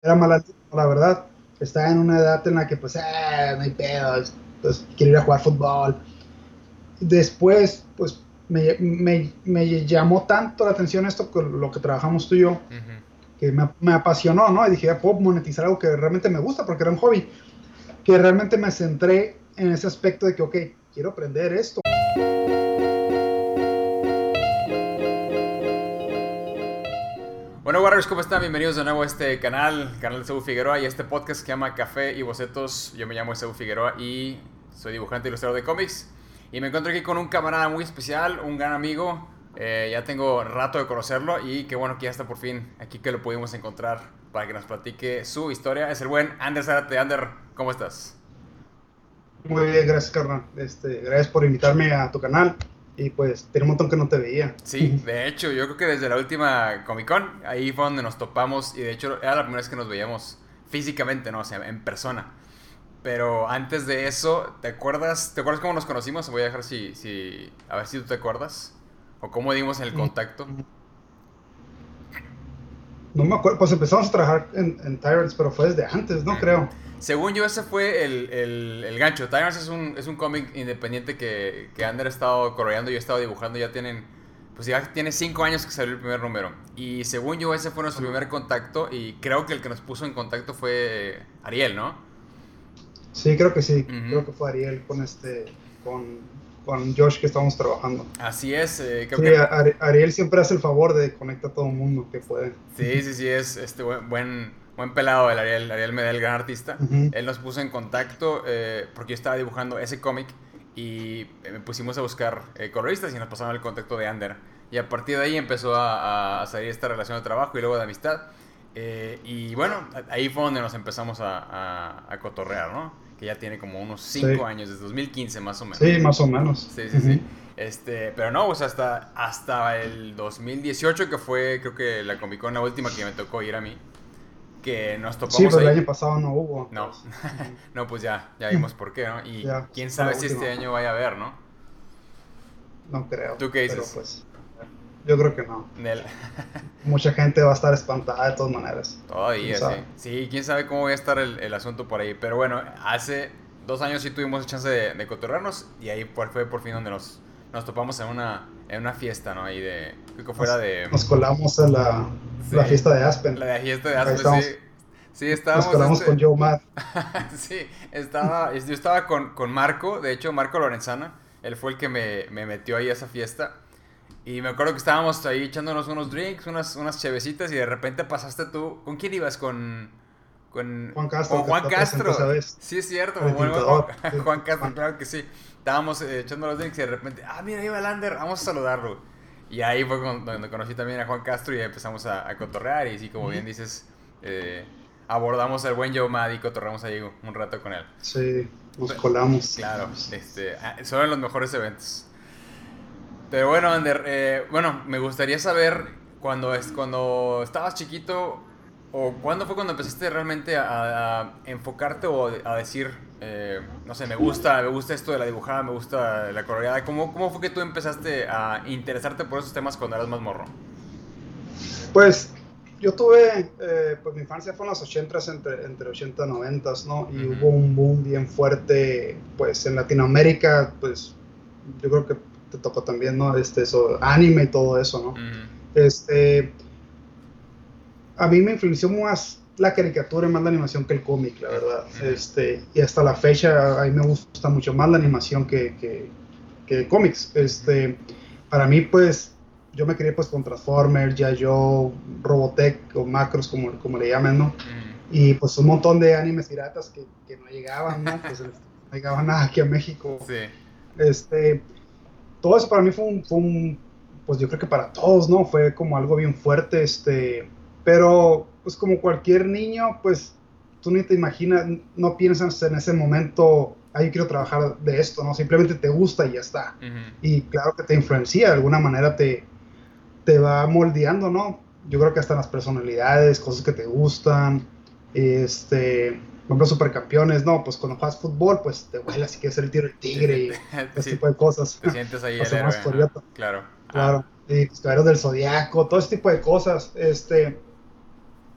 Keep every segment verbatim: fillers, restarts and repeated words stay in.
era mal, la verdad. Estaba en una edad en la que, pues, ah, no hay pedos, pues, quiero ir a jugar fútbol. Después, pues, me, me, me llamó tanto la atención esto con lo que trabajamos tú y yo, Ujú. que me, me apasionó, ¿no? Y dije, ya puedo monetizar algo que realmente me gusta, porque era un hobby, que realmente me centré en ese aspecto de que, ok, quiero aprender esto. Bueno, Warriors, ¿cómo están? Bienvenidos de nuevo a este canal, canal de Esaú Figueroa y a este podcast que se llama Café y Bocetos. Yo me llamo Esaú Figueroa y soy dibujante e ilustrador de cómics. Y me encuentro aquí con un camarada muy especial, un gran amigo. Eh, ya tengo rato de conocerlo y qué bueno que ya está por fin aquí que lo pudimos encontrar para que nos platique su historia. Es el buen Ander Zárate. Ander, ¿cómo estás? Muy bien, gracias, carnal. Este, gracias por invitarme a tu canal. Y pues, tiene un montón que no te veía. Sí, de hecho, yo creo que desde la última Comic Con, ahí fue donde nos topamos y de hecho era la primera vez que nos veíamos físicamente, ¿no? O sea, en persona. Pero antes de eso, ¿te acuerdas? ¿Te acuerdas cómo nos conocimos? Voy a dejar si, si, a ver si tú te acuerdas. O cómo dimos el contacto. No me acuerdo, pues empezamos a trabajar en, en Tyrants, pero fue desde antes, no Ujú. creo. Según yo, ese fue el, el, el gancho. Tyrants es un, es un cómic independiente que, que Ander ha estado coloreando y yo he estado dibujando. Ya tienen, pues ya tiene cinco años que salió el primer número. Y según yo, ese fue nuestro primer contacto. Y creo que el que nos puso en contacto fue Ariel, ¿no? Sí, creo que sí. Ujú. Creo que fue Ariel con este, con, con Josh que estábamos trabajando. Así es, eh, creo Sí, que Ari- Ariel siempre hace el favor de conectar a todo el mundo que puede. sí, sí, sí, es este buen, buen, buen pelado el Ariel, Ariel Medel, gran artista. Ujú. Él nos puso en contacto eh, porque yo estaba dibujando ese cómic y eh, me pusimos a buscar eh, coloristas y nos pasaron el contacto de Ander. Y a partir de ahí empezó a, a- a salir esta relación de trabajo y luego de amistad. Eh, y bueno, ahí fue donde nos empezamos a, a- a cotorrear, ¿no? Que ya tiene como unos cinco Sí, años, desde dos mil quince más o menos. sí, más o menos. Sí, sí, sí. Ujú. Este, pero no, pues hasta, hasta el dos mil dieciocho, que fue creo que la Comic Con, la última que me tocó ir a mí, que nos Sí, topamos pero el ahí. año pasado no hubo, No, pues. Ujú. no, pues ya, ya vimos por qué, ¿no? Y Ya, quién fue la sabe si este última. año vaya a haber, ¿no? No creo, ¿Tú qué pero dices? pues, yo creo que no. Nel. Mucha gente va a estar espantada de todas maneras. ¿Quién Todavía, sí. sabe? Sí, quién sabe cómo va a estar el, el asunto por ahí. Pero bueno, hace dos años sí tuvimos chance de, de cotorrearnos y ahí por- fue por fin donde nos, nos topamos en una, en una fiesta, ¿no? Ahí de, creo que fuera Nos, de, nos colamos a la, sí, la fiesta de Aspen. la de fiesta de Ahí Aspen, sí. estamos. Sí, Nos estábamos colamos con este, Joe Matt. sí, estaba, yo estaba con, con Marco, de hecho Marco Lorenzana, él fue el que me, me metió ahí a esa fiesta. Y me acuerdo que estábamos ahí echándonos unos drinks, unas, unas chevecitas y de repente pasaste tú. ¿Con quién ibas? Con, con, Juan con Castro, que Juan está presente Castro. esa vez. Sí, es cierto, El bueno, Juan, tintador. Sí, Juan Castro, Juan. claro que sí. Estábamos eh, echando los drinks y de repente, ah, mira, ahí va Lander, vamos a saludarlo. Y ahí fue con- donde conocí también a Juan Castro y empezamos a, a cotorrear. Y sí, como bien dices, eh, abordamos al buen Joe Mad y cotorreamos ahí un rato con él. Sí, nos Pe- colamos. Claro, este, ah, son los mejores eventos. Pero bueno, Ander, eh, bueno, me gustaría saber cuando, es, cuando estabas chiquito o cuándo fue cuando empezaste realmente a, a enfocarte o a decir, eh, no sé, me gusta, me gusta esto de la dibujada, me gusta la coloreada. ¿Cómo, cómo fue que tú empezaste a interesarte por esos temas cuando eras más morro? Pues yo tuve, eh, pues mi infancia fue en los ochentas, entre, entre ochenta y noventa, ¿no? Y Ujú, hubo un boom bien fuerte, pues en Latinoamérica, pues yo creo que te tocó también, ¿no? Este, eso, anime y todo eso, ¿no? ujú, Este, a mí me influenció más la caricatura y más la animación que el cómic, la verdad. ujú, Este, y hasta la fecha a mí me gusta mucho más la animación que, que, que cómics. Este, para mí, pues, yo me crié pues con Transformers, ya yo, Robotech o Macros, como, como le llaman, ¿no? ujú. Y pues un montón de animes piratas que, que no llegaban, ¿no? Pues no llegaban nada aquí a México. Sí. Este, todo eso para mí fue un, fue un, pues yo creo que para todos, ¿no? Fue como algo bien fuerte, este, pero pues como cualquier niño, pues tú ni te imaginas, no piensas en ese momento, ay, quiero trabajar de esto, ¿no? Simplemente te gusta y ya está. Ujú. Y claro que te influencia, de alguna manera te, te va moldeando, ¿no? Yo creo que hasta las personalidades, cosas que te gustan, este, por ejemplo, supercampeones, ¿no? Pues cuando juegas fútbol, pues te vuelas y quieres ser el tiro del Te, tigre sientes, y ese sí, tipo de cosas. te sientes ahí el héroe, Hacemos ajá, historieta, claro. claro. Ah, Y pues, caballeros del zodiaco, todo ese tipo de cosas. Este,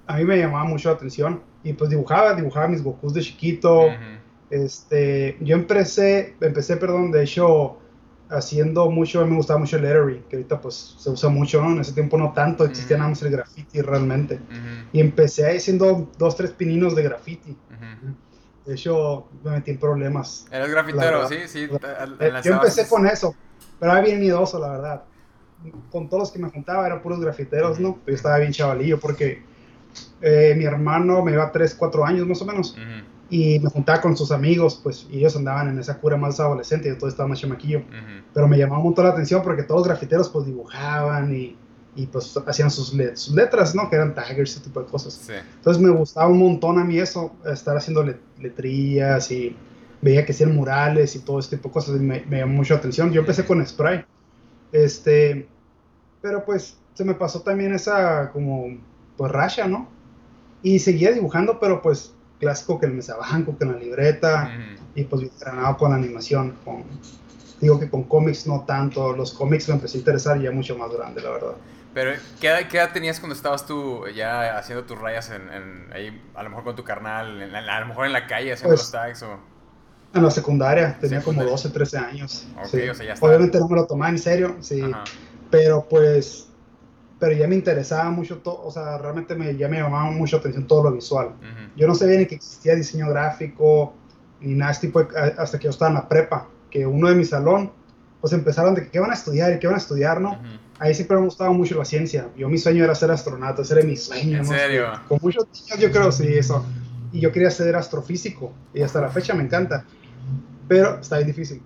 a mí me llamaba mucho la atención. Y pues dibujaba, dibujaba mis Gokus de chiquito. Ujú, Este, yo empecé, empecé, perdón, de hecho, haciendo mucho, me gustaba mucho el lettering, que ahorita pues se usa mucho, ¿no? En ese tiempo no tanto, existía nada ujú, más el graffiti realmente. ujú, Y empecé haciendo dos, tres pininos de graffiti. ujú. De hecho, me metí en problemas, Eres la grafitero, verdad. sí, sí, te- Eh, yo empecé lanzabas. con eso, pero era bien miedoso, la verdad. Con todos los que me juntaba eran puros grafiteros, Ujú, ¿no? Yo ujú, estaba bien chavalillo porque eh, mi hermano me iba tres cuatro años más o menos. ujú, Y me juntaba con sus amigos, pues, y ellos andaban en esa cura más adolescente, yo todo estaba más chamaquillo. ujú. Pero me llamaba un montón la atención porque todos los grafiteros, pues, dibujaban y, y pues, hacían sus, let sus letras, ¿no? Que eran taggers, ese tipo de cosas. Sí. Entonces, me gustaba un montón a mí eso, estar haciendo let letrillas y veía que hacían murales y todo ese tipo de cosas, y me, me llamó mucho la atención. Yo empecé Ujú, con spray, este, pero pues, se me pasó también esa, como, pues, racha, ¿no? Y seguía dibujando, pero pues clásico que el mesabanco, que en la libreta, ujú. y pues bien granado con la animación. Con, digo que con cómics no tanto, los cómics me empecé a interesar ya mucho más grande, la verdad. Pero, ¿qué edad, qué edad tenías cuando estabas tú ya haciendo tus rayas en, en- ahí, a lo mejor con tu carnal, en la- a lo mejor en la calle haciendo los Pues tags o en la secundaria tenía como secundaria? doce trece años, Ok, sí. o sea, ya está. Obviamente no me lo tomaba en serio, sí, Ajá. pero pues, pero ya me interesaba mucho todo, o sea, realmente me, ya me llamaba mucho atención todo lo visual. Ujú, Yo no sabía ni que existía diseño gráfico, ni nada de este tipo, de, hasta que yo estaba en la prepa, que uno de mi salón, pues empezaron de que qué van a estudiar y qué van a estudiar, ¿no? ujú. Ahí siempre me gustaba mucho la ciencia. Yo mi sueño era ser astronauta, ese era mi sueño, ¿En ¿no? De, serio? con muchos niños yo creo, sí, eso. Y yo quería ser astrofísico, y hasta la fecha me encanta, pero está bien difícil.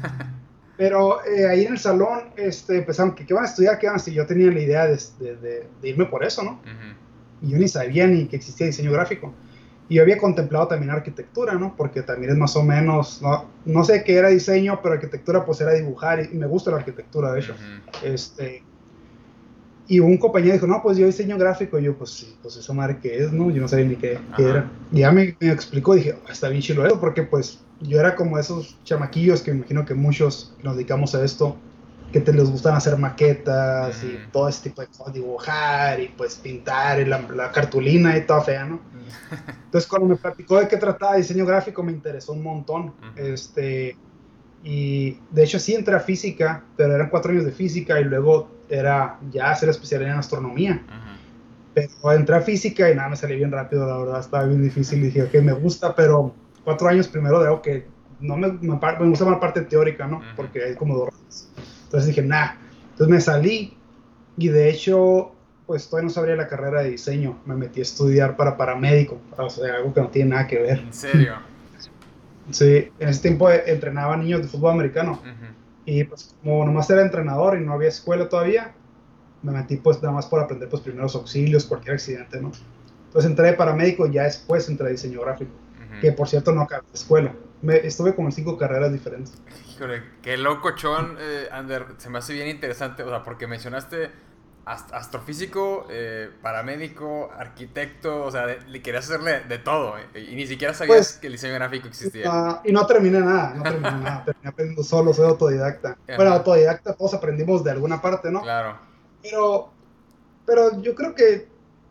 Pero eh, ahí en el salón este, empezaron, que qué van a estudiar, qué van a estudiar. Yo tenía la idea de, de, de, de irme por eso, ¿no? Ujú, Y yo ni sabía ni que existía diseño gráfico. Y yo había contemplado también arquitectura, ¿no? Porque también es más o menos, no, no sé qué era diseño, pero arquitectura pues era dibujar y, y me gusta la arquitectura, de hecho. ujú. Este, y un compañero dijo, no, pues yo diseño gráfico. Y yo, pues sí, pues esa madre qué es, ¿no? Yo no sabía ni qué, qué Ajá. era. Y ya me, me explicó, dije, oh, está bien chido eso, porque pues yo era como esos chamaquillos que me imagino que muchos que nos dedicamos a esto, que te les gustan hacer maquetas y Ujú. todo este tipo de cosas, dibujar y pues pintar y la, la cartulina y toda fea, ¿no? Entonces, cuando me platicó de qué trataba diseño gráfico, me interesó un montón. Ujú, Este, y de hecho, sí entré a física, pero eran cuatro años de física y luego era ya hacer especialidad en astronomía. ujú. Pero entré a física y nada, me salí bien rápido, la verdad, estaba bien difícil. Y dije, ok, me gusta, pero cuatro años primero de algo que no me, me, me gusta más la parte teórica, ¿no? Ujú. Porque hay como dos ramas. Entonces dije, nah. Entonces me salí y de hecho, pues todavía no sabría la carrera de diseño. Me metí a estudiar para paramédico, o sea, algo que no tiene nada que ver. ¿En serio? Sí, en ese tiempo eh, entrenaba niños de fútbol americano Ujú, y pues como nomás era entrenador y no había escuela todavía, me metí pues nada más por aprender pues primeros auxilios, cualquier accidente, ¿no? Entonces entré de paramédico y ya después entré a diseño gráfico, ujú. que por cierto no acabé la escuela. Me, estuve como en cinco carreras diferentes. Híjole, qué loco, Chon, eh, Ander. Se me hace bien interesante, o sea, porque mencionaste ast- astrofísico, eh, paramédico, arquitecto, o sea, de- le querías hacerle de todo, eh, y ni siquiera sabías Pues, que el diseño gráfico existía. uh, y no terminé nada, no terminé nada, terminé aprendiendo solo, soy autodidacta. Bueno, Ajá, autodidacta todos aprendimos de alguna parte, ¿no? claro. Pero, pero yo creo que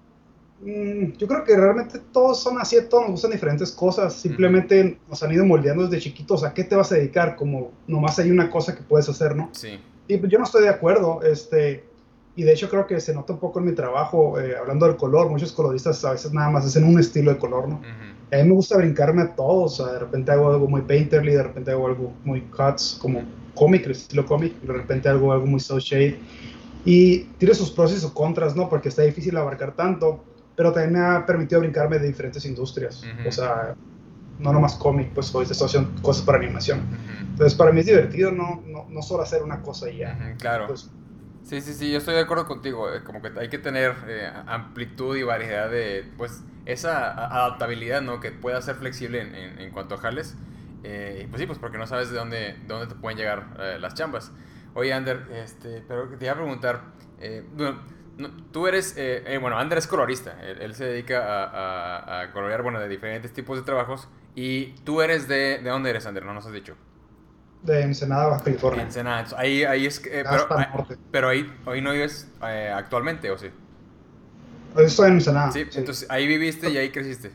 Mm, yo creo que realmente todos son así, todos nos gustan diferentes cosas, Ujú, simplemente nos han ido moldeando desde chiquitos a qué te vas a dedicar, como nomás hay una cosa que puedes hacer, ¿no? sí. Y pues yo no estoy de acuerdo, este, y de hecho creo que se nota un poco en mi trabajo, eh, hablando del color, muchos coloristas a veces nada más hacen un estilo de color, ¿no? Ujú, A mí me gusta brincarme a todos, o sea, de repente hago algo muy painterly, de repente hago algo muy cuts, como cómic, el estilo cómic, de ujú, repente hago algo muy soul shade, y tiene sus pros y sus contras, ¿no? Porque está difícil abarcar tanto, pero también me ha permitido brincarme de diferentes industrias. O ujú, sea, no nomás cómic, pues hoy estoy haciendo cosas para animación. ujú, Entonces, para mí es divertido, no, no, no solo hacer una cosa y ya. ujú, claro. Entonces, Sí, sí, sí, yo estoy de acuerdo contigo. eh, Como que hay que tener eh, amplitud y variedad de, pues, esa a- adaptabilidad, ¿no? Que pueda ser flexible en, en- en cuanto a jales. Eh, y pues sí, pues porque no sabes de dónde, de dónde te pueden llegar eh, las chambas. Oye, Ander, este, pero te iba a preguntar, eh, bueno, no- tú eres, eh, eh, bueno, Ander es colorista. Él, él se dedica a, a- a colorear, bueno, de diferentes tipos de trabajos. Y tú eres de, ¿de dónde eres, Ander? No nos has dicho. de Ensenada, Baja California, Ensenada. Entonces, ahí, ahí es, que- eh, pero, hasta el ah, norte. pero ahí, hoy no vives eh, actualmente, ¿o sí? Yo estoy en Ensenada. Sí, Sí. entonces ahí viviste y ahí creciste.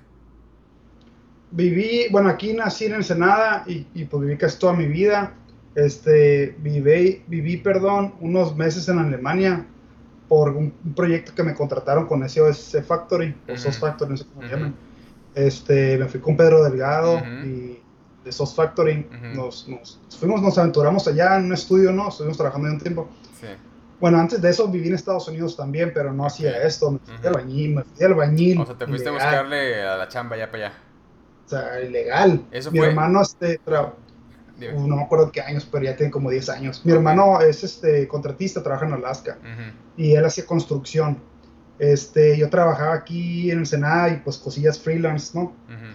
Viví, bueno, aquí nací en Ensenada y, y pues viví casi toda mi vida. Este, viví, viví, perdón, unos meses en Alemania por un, un proyecto que me contrataron con S O S Factory, o Ujú, SOS Factory, no sé cómo se ujú, llaman. Este, me fui con Pedro Delgado ujú, y de SOS Factory. ujú. Nos, nos fuimos, nos aventuramos allá en un estudio, ¿no? Estuvimos trabajando ahí un tiempo. Sí, Bueno, antes de eso viví en Estados Unidos también, pero no ok. hacía esto. Me fui de Ujú. albañil, me fui de O albañil sea, te fuiste a ilegal, buscarle a la chamba ya para allá. o sea, ilegal. ¿Eso Mi fue? hermano, este, tra- Dime. uh, no me acuerdo qué años, pero ya tiene como diez años. Mi Ok. hermano es este contratista, trabaja en Alaska Ujú, y él hacía construcción. Este, yo trabajaba aquí en Ensenada y pues cosillas freelance, ¿no? ujú.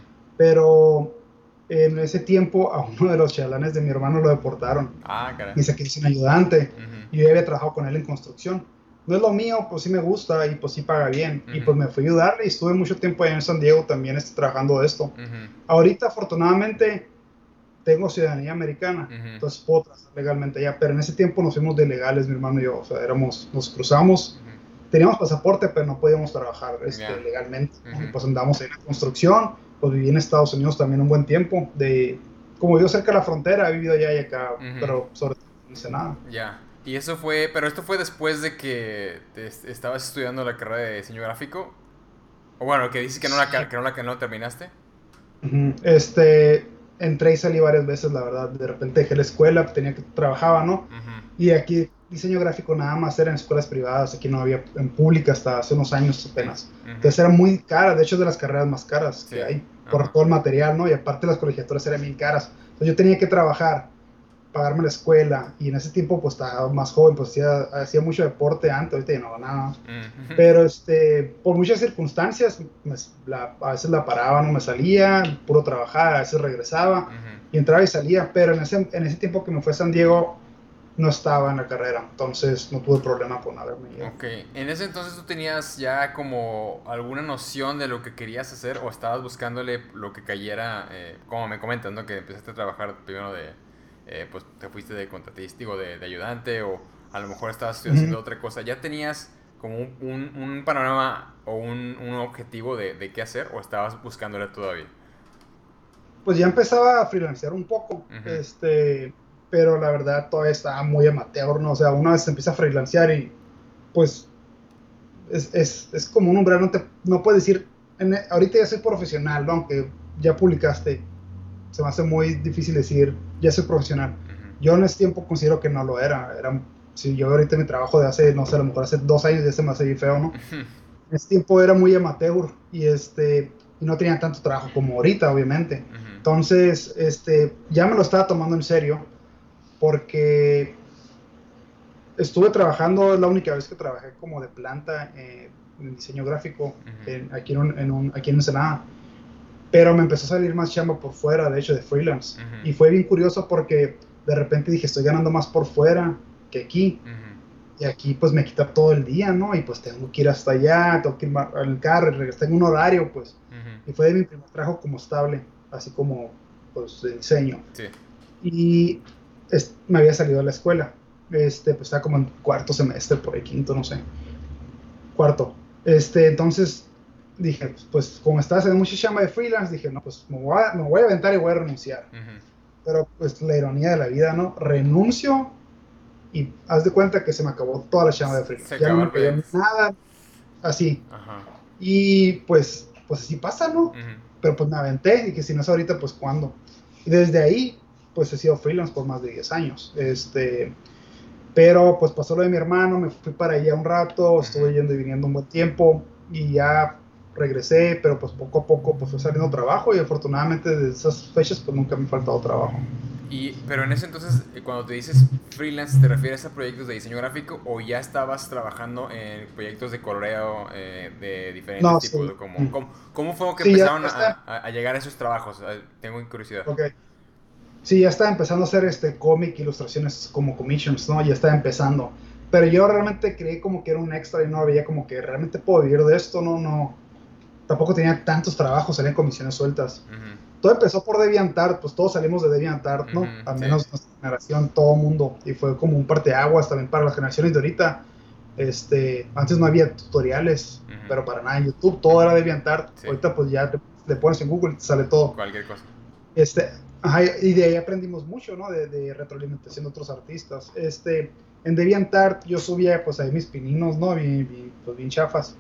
Pero en ese tiempo a uno de los chalanes de mi hermano lo deportaron Ah, cara. y se quedó sin ayudante. Ujú, Y yo ya había trabajado con él en construcción. No es lo mío, pues sí me gusta y pues sí paga bien. Y ujú, pues me fui a ayudarle y estuve mucho tiempo allá en San Diego también este, trabajando de esto. ujú, Ahorita afortunadamente tengo ciudadanía americana, ujú, entonces puedo trabajar legalmente allá, pero en ese tiempo nos fuimos de ilegales, mi hermano y yo, o sea, éramos, nos cruzamos, ujú. teníamos pasaporte, pero no podíamos trabajar este, Ya. legalmente, ¿no? Y Ujú, pues andamos en la construcción, pues viví en Estados Unidos también un buen tiempo, de, como vivo cerca de la frontera, he vivido allá y acá, ujú. pero sobre todo no hice nada. Ya. Y eso fue, pero esto fue después de que te est- estabas estudiando la carrera de diseño gráfico. O bueno, que dices que no la, ca- Sí. que no la que no terminaste. Ujú. Este, entré y salí varias veces, la verdad, de repente dejé la escuela, tenía que, trabajaba, ¿no? Ujú, Y aquí diseño gráfico nada más era en escuelas privadas, aquí no había en pública hasta hace unos años sí. apenas. Ujú, Entonces era muy cara, de hecho es de las carreras más caras sí. que hay, por Ajá. todo el material, ¿no? Y aparte las colegiaturas eran bien caras. Entonces yo tenía que trabajar, pagarme la escuela, y en ese tiempo pues estaba más joven, pues hacía, hacía mucho deporte antes, ahorita ya no hago nada. Ujú, Pero este, por muchas circunstancias, me- la- a veces la paraba, no me salía, puro trabajar, a veces regresaba ujú. y entraba y salía, pero en ese, en ese tiempo que me fue a San Diego no estaba en la carrera, entonces no tuve problema con haberme ido. Ok, en ese entonces tú tenías ya como alguna noción de lo que querías hacer o estabas buscándole lo que cayera, eh, como me comentas, ¿no? Que empezaste a trabajar primero de, eh, pues te fuiste de contratista, digo, de, de ayudante o a lo mejor estabas Ujú. haciendo otra cosa. ¿Ya tenías como un, un- un panorama o un, un objetivo de, de qué hacer o estabas buscándole todavía? Pues ya empezaba a freelancear un poco, Ujú, este, pero la verdad todavía estaba muy amateur, ¿no? O sea, una vez se empieza a freelancear y pues es, es, es como un umbral, no, te, no puedes decir, en, ahorita ya soy profesional, ¿no? Aunque ya publicaste, se me hace muy difícil decir, ya soy profesional. ujú, Yo en ese tiempo considero que no lo era, era si yo ahorita mi trabajo de hace, no sé, a lo mejor hace dos años ya se me hace bien feo, ¿no? ujú, En ese tiempo era muy amateur y, este, y no tenía tanto trabajo como ahorita, obviamente. ujú, Entonces, este, ya me lo estaba tomando en serio porque estuve trabajando, es la única vez que trabajé como de planta eh, en diseño gráfico ujú, en, aquí, en un, en un, aquí en Ensenada. Pero me empezó a salir más chamba por fuera, de hecho, de freelance. ujú, Y fue bien curioso porque de repente dije, estoy ganando más por fuera que aquí. ujú. Y aquí pues me quita todo el día, ¿no? Y pues tengo que ir hasta allá, tengo que ir al carro y regresar en un horario, pues. Ujú, Y fue de mi primer trabajo como estable, así como pues de diseño. sí. Y es, me había salido de la escuela. Este, pues estaba como en cuarto semestre, por ahí quinto, no sé. Cuarto. Este, entonces dije, pues, pues como estaba haciendo mucha chamba de freelance, dije, no, pues me voy, a, me voy a aventar y voy a renunciar. Ujú. Pero pues la ironía de la vida, ¿no? Renuncio y haz de cuenta que se me acabó toda la chamba de Se freelance. Ya no acabó el me cayó proyecto. nada así. Ajá. Y pues, pues así pasa, ¿no? Ujú, Pero pues me aventé y que si no es ahorita, pues cuándo. Y desde ahí, pues he sido freelance por más de diez años. Este, pero pues pasó lo de mi hermano, me fui para allá un rato, ujú. estuve yendo y viniendo un buen tiempo y ya regresé, pero pues poco a poco pues fue saliendo trabajo y afortunadamente desde esas fechas pues nunca me ha faltado trabajo. Y, pero en ese entonces, eh, cuando te dices freelance, ¿te refieres a proyectos de diseño gráfico o ya estabas trabajando en proyectos de coloreo eh, de diferentes No, tipos? sí. Como, ¿cómo, cómo fue que Sí, ya, empezaron ya a, está. a- a llegar a esos trabajos? Eh, Tengo curiosidad. Ok. Sí, ya estaba empezando a hacer este cómic, ilustraciones como commissions, ¿no? Ya estaba empezando. Pero yo realmente creí como que era un extra y no veía como que realmente puedo vivir de esto, no, no. Tampoco tenía tantos trabajos, salían comisiones sueltas. Ujú, Todo empezó por DeviantArt, pues todos salimos de DeviantArt, ¿no? ujú, Al sí. menos nuestra generación, todo mundo. Y fue como un parteaguas también para las generaciones de ahorita. Este, antes no había tutoriales, Ujú. pero para nada en YouTube, todo era DeviantArt. Sí. Ahorita pues ya te, le pones en Google y te sale todo. Cualquier cosa. Este, ajá, y de ahí aprendimos mucho, ¿no? De, de retroalimentación de otros artistas. Este, en DeviantArt yo subía pues ahí mis pininos, ¿no? Bien, bien, pues bien chafas.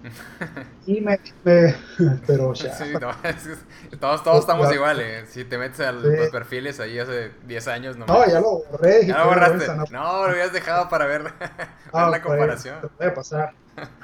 Y me, me pero Sí, chafa. no, es que todos, todos estamos Ya- iguales. Si te metes a sí. los perfiles ahí hace diez años, no No, manches. ya lo borré, dije, Ya qué lo vergüenza, borraste. no. No, lo habías dejado para ver, ver Ah, la pues, comparación. te puede pasar.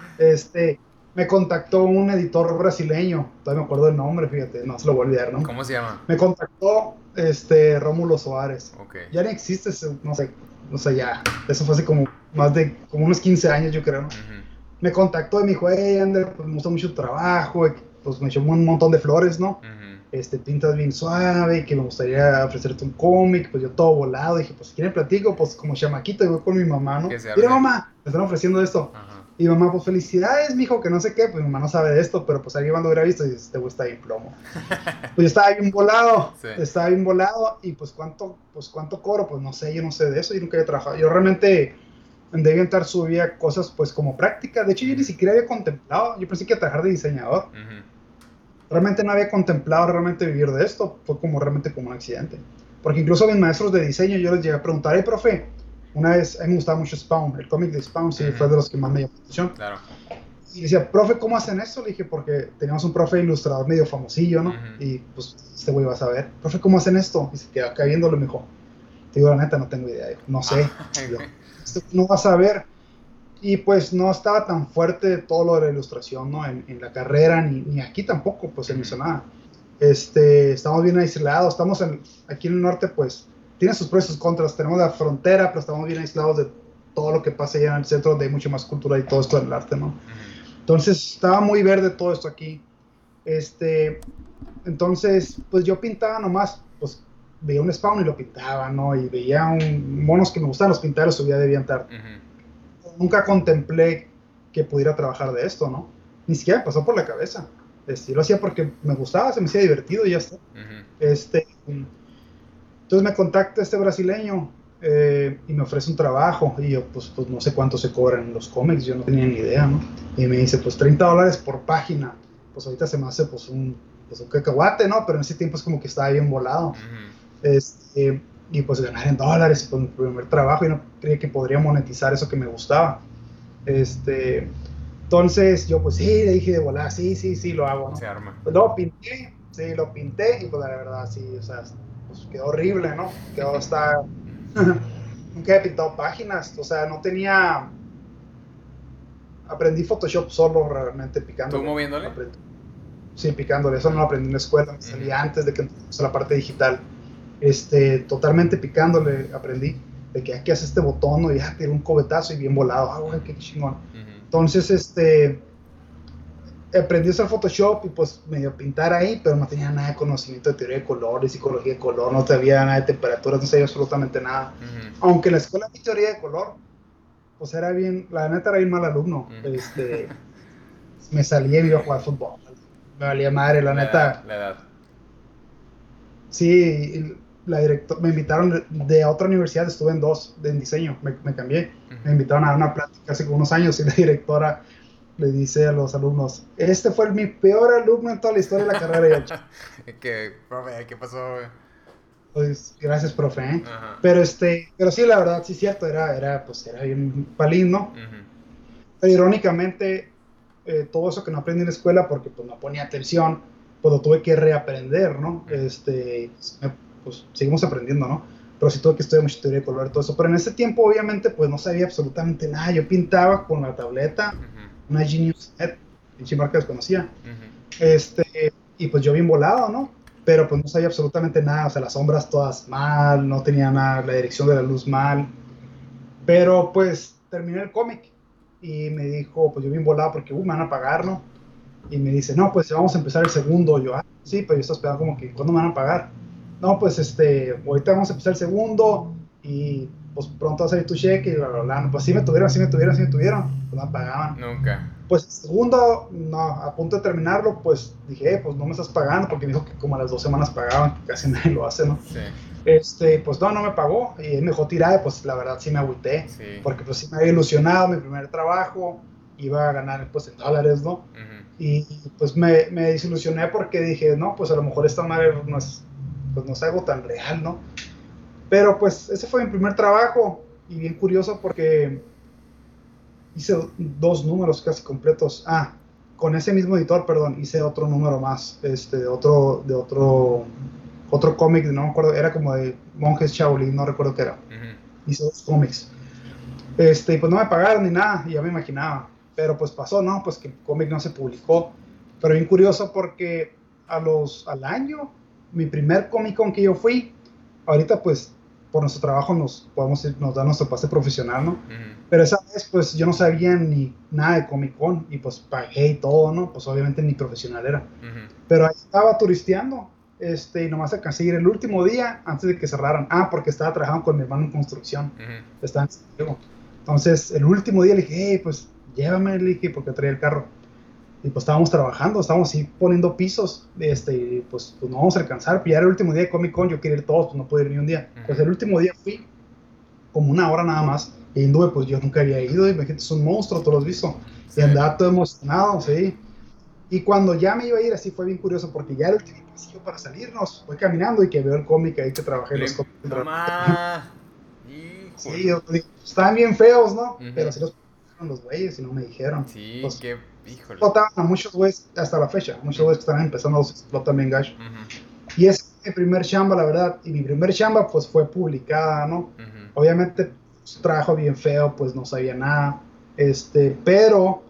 Este, me contactó un editor brasileño, todavía me acuerdo del nombre, fíjate, no se lo voy a olvidar nunca. ¿Cómo se llama? Me contactó este Rómulo Suárez. Ok. Ya no existe, ese, no sé, no sé, ya. Eso fue hace como más de como unos quince años, yo creo. ¿no? Ujú. Me contactó y me dijo, hey, Ander, pues me gusta mucho tu trabajo, y, pues me echó un montón de flores, ¿no? Ujú. Este, pintas bien suave, que me gustaría ofrecerte un cómic, pues yo todo volado, dije, pues si quieren platico, pues como chamaquito, y voy con mi mamá, ¿no? Que se Mira, arme. mamá, me están ofreciendo esto. Ajá. Y mamá, pues felicidades, mijo, que no sé qué, pues mi mamá no sabe de esto, pero pues alguien cuando hubiera visto, y dice, este güey está bien plomo. Pues yo estaba bien volado, Sí. estaba bien volado, y pues cuánto, pues cuánto cobro, pues no sé, yo no sé de eso, yo nunca había trabajado. Yo realmente en DeviantArt subía cosas pues como práctica, de hecho yo ni siquiera había contemplado, yo pensé que iba a trabajar de diseñador. Ujú. Realmente no había contemplado realmente vivir de esto, fue como realmente como un accidente. Porque incluso a mis maestros de diseño yo les llegué a preguntar, hey, profe, una vez, a mí me gustaba mucho Spawn, el cómic de Spawn, sí, Ujú. fue de los que más me llamó la atención. Claro. Y decía, profe, ¿cómo hacen esto? Le dije, porque teníamos un profe ilustrador medio famosillo, ¿no? Ujú. Y pues este güey va a saber, profe, ¿cómo hacen esto? Y se quedó acá viéndolo y me dijo, te digo la neta, no tengo idea, dijo, no sé, Ay, yo, güey. esto no vas a ver. Y pues no estaba tan fuerte todo lo de la ilustración, ¿no? En, en la carrera, ni, ni aquí tampoco, pues se me hizo nada. Este, estamos bien aislados, estamos en, aquí en el norte, pues tiene sus pros y sus contras, tenemos la frontera, pero estamos bien aislados de todo lo que pasa allá en el centro, donde hay mucho más cultura y todo esto del arte, ¿no? Ujú. Entonces estaba muy verde todo esto aquí. Este, entonces, pues yo pintaba nomás, pues veía un Spawn y lo pintaba, ¿no? Y veía un, monos que me gustaban, los pintaba y los subía de DeviantArt. Ujú. Nunca contemplé que pudiera trabajar de esto, ¿no? Ni siquiera me pasó por la cabeza. Este, yo lo hacía porque me gustaba, se me hacía divertido y ya está. Ujú. Este, entonces me contacta este brasileño eh, y me ofrece un trabajo y yo pues, pues no sé cuánto se cobran los cómics, yo no tenía ni idea, ¿no? Y me dice pues treinta dólares por página, pues ahorita se me hace pues un, pues, un cacahuate, ¿no? Pero en ese tiempo es como que estaba bien volado. Ujú. Este, y pues ganar en dólares, pues mi primer trabajo y no creía que podría monetizar eso que me gustaba. Este, entonces yo pues sí, le dije de volar, sí, sí, sí, lo hago, ¿no? Se arma. Pues luego pinté, sí, lo pinté y pues la verdad sí, o sea, pues quedó horrible, ¿no? Quedó hasta... Nunca he pintado páginas, o sea, no tenía... Aprendí Photoshop solo realmente picándole. ¿Tú moviéndole? Aprendí. Sí, picándole, eso no lo aprendí en la escuela, me salía Ujú. antes de que empezara la parte digital. Este, totalmente picándole aprendí de que aquí hace este botón, ¿no? Y ya tiré un cobetazo y bien volado, ah, güey, qué chingón. Ujú. Entonces, este, aprendí a usar Photoshop y pues medio pintar ahí, pero no tenía nada de conocimiento de teoría de color, de psicología de color, no sabía nada de temperaturas, no sabía absolutamente nada. Ujú. Aunque en la escuela mi teoría de color, pues era bien, la neta era bien mal alumno, Ujú. este, me salía y iba a jugar fútbol, me valía madre, la, La neta, edad, la edad. sí, la directora, me invitaron de, de otra universidad, estuve en dos, de en diseño, me, me cambié, Ujú. me invitaron a dar una plática hace como unos años y la directora le dice a los alumnos, este fue mi peor alumno en toda la historia de la carrera. Y yo, ¿Qué, profe, ¿qué pasó, güey? pues, gracias, profe, ¿eh? Ajá. Pero, este, pero sí, la verdad, sí es cierto, era, era, pues, era bien palín, ¿no? Ujú. Pero irónicamente, eh, todo eso que no aprendí en la escuela, porque pues no ponía atención, pues lo tuve que reaprender, ¿no? Ujú. Este, pues, me- pues, seguimos aprendiendo, ¿no? Pero sí tuve que estudiar mucha teoría de color y todo eso. Pero en ese tiempo, obviamente, pues no sabía absolutamente nada. Yo pintaba con la tableta, Ujú. una Genius Net, pinche marca desconocida. Ujú. Este, y pues yo bien volado, ¿no? Pero pues no sabía absolutamente nada, o sea, las sombras todas mal, no tenía nada, la dirección de la luz mal. Pero pues terminé el cómic y me dijo, pues yo bien volado porque, uh, me van a pagar, ¿no? Y me dice, no, pues vamos a empezar el segundo. Yo, ah, sí, pero yo estaba esperando como que, ¿cuándo me van a pagar? No, pues este, ahorita vamos a empezar el segundo y pues pronto va a salir tu cheque y bla, bla, bla. No, pues sí me tuvieron, sí me tuvieron, sí me tuvieron, pues no me pagaban. Nunca. Pues segundo, no, a punto de terminarlo, pues dije, eh, pues no me estás pagando, porque me dijo que como a las dos semanas pagaban, que casi nadie lo hace, ¿no? Sí, Este, pues no, no me pagó, y él me dejó tirada, pues la verdad sí me agüité, sí. porque pues sí me había ilusionado, mi primer trabajo, iba a ganar pues en dólares, ¿no? Ujú. Y pues me, me desilusioné porque dije, no, pues a lo mejor esta madre no es, pues no es algo tan real, ¿no? Pero pues ese fue mi primer trabajo, y bien curioso porque hice dos números casi completos. Ah, con ese mismo editor, perdón, hice otro número más, este, de otro, de otro, otro cómic, no me acuerdo, era como de monjes Shaolin, no recuerdo qué era. Ujú. Hice dos cómics. Este, y pues no me pagaron ni nada, y ya me imaginaba. Pero pues pasó, ¿no? Pues que el cómic no se publicó. Pero bien curioso porque a los, al año, mi primer Comic Con que yo fui, ahorita pues por nuestro trabajo nos podemos ir, nos da nuestro pase profesional, ¿no? Ujú. Pero esa vez pues yo no sabía ni nada de Comic Con y pues pagué y todo, ¿no? Pues obviamente ni profesional era. Ujú. Pero ahí estaba turisteando, este, y nomás alcancé a ir el último día antes de que cerraran. Ah, porque estaba trabajando con mi hermano en construcción. Ujú. Estaba en San Diego. Entonces, el último día le dije, hey, pues llévame, le dije, porque traía el carro. Y pues estábamos trabajando, estábamos así poniendo pisos, este, y pues, pues no vamos a alcanzar. Pues ya era el último día de Comic Con, yo quería ir todos, pues no pude ir ni un día. Ujú. Pues el último día fui, como una hora nada más, y anduve, pues yo nunca había ido, y me dijiste, es un monstruo, tú lo has visto. Sí. Y andaba todo emocionado, sí. Y cuando ya me iba a ir, así fue bien curioso, porque ya era el último pasillo para salirnos, voy caminando y que veo el cómic ahí que trabajé, los Lim- cómics. que No trabajé. más. Sí, Híjole. yo digo, están bien feos, ¿no? Ujú. Pero sí los pusieron los güeyes y no me dijeron. Sí, Pues qué. Híjole. explotaban a muchos güeyes hasta la fecha. Muchos Ujú. güeyes que están empezando los explotan bien gacho. Ujú. Y ese fue mi primer chamba, la verdad. Y mi primer chamba, pues fue publicada, ¿no? Ujú. Obviamente, su trabajo bien feo, pues no sabía nada. Este, pero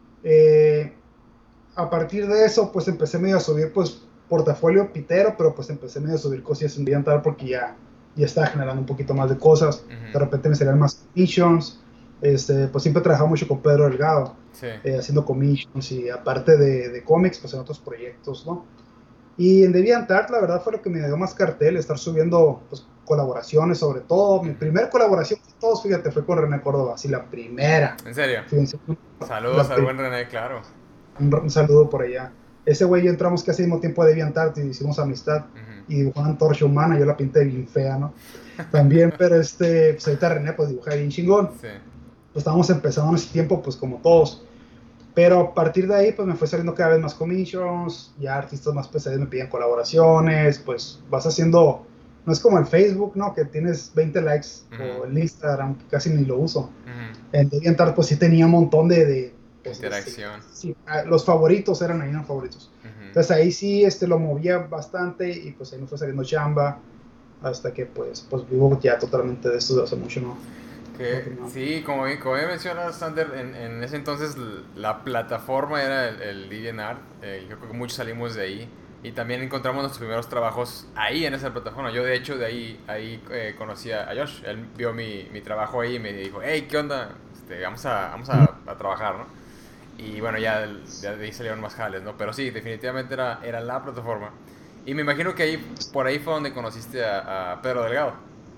eh, a partir de eso, pues empecé medio a subir, pues, portafolio pitero, pero pues empecé medio a subir cosillas en Deviantart porque ya, ya estaba generando un poquito más de cosas. Ujú. De repente me salían más commissions. Este, pues siempre he trabajado mucho con Pedro Delgado, Sí. eh, haciendo commissions y aparte de, de cómics, pues en otros proyectos, ¿no? Y en DeviantArt, la verdad, fue lo que me dio más cartel, estar subiendo pues, colaboraciones, sobre todo. Mi Ujú. primer colaboración de todos, fíjate, fue con René Córdoba, así la primera. ¿En serio? Fíjense, Saludos la al primera. buen René, claro. Un, un saludo por allá. Ese güey y yo entramos casi al mismo tiempo a DeviantArt y hicimos amistad. Ujú. Y dibujó una antorcha humana, yo la pinté bien fea, ¿no? También, pero este, pues ahorita René pues dibuja bien chingón. Sí. Pues estábamos empezando en ese tiempo, pues como todos. Pero a partir de ahí, pues me fue saliendo cada vez más commissions, ya artistas más pesados me piden colaboraciones, pues vas haciendo, no es como el Facebook, ¿no? Que tienes veinte likes, Ujú. o el Instagram, que casi ni lo uso. Ujú. En DeviantArt, pues sí tenía un montón de, de, pues, de Interacción. seguidores, sí, ah, los favoritos eran ahí, ¿no? Favoritos. Ujú. Entonces ahí sí este, lo movía bastante y pues ahí me fue saliendo chamba hasta que pues, pues vivo ya totalmente de esto de hace mucho, ¿no? Que, sí, como bien, como bien mencionas, Sander, en, en ese entonces l- la plataforma era el, el DeviantArt. Eh, yo creo que muchos salimos de ahí. Y también encontramos nuestros primeros trabajos ahí en esa plataforma. Yo, de hecho, de ahí, ahí eh, conocí a Josh. Él vio mi, mi trabajo ahí y me dijo, hey, ¿qué onda? Este, vamos a, vamos a, a trabajar, ¿no? Y bueno, ya, ya de ahí salieron más jales, ¿no? Pero sí, definitivamente era, era la plataforma. Y me imagino que ahí, por ahí fue donde conociste a, a Pedro Delgado.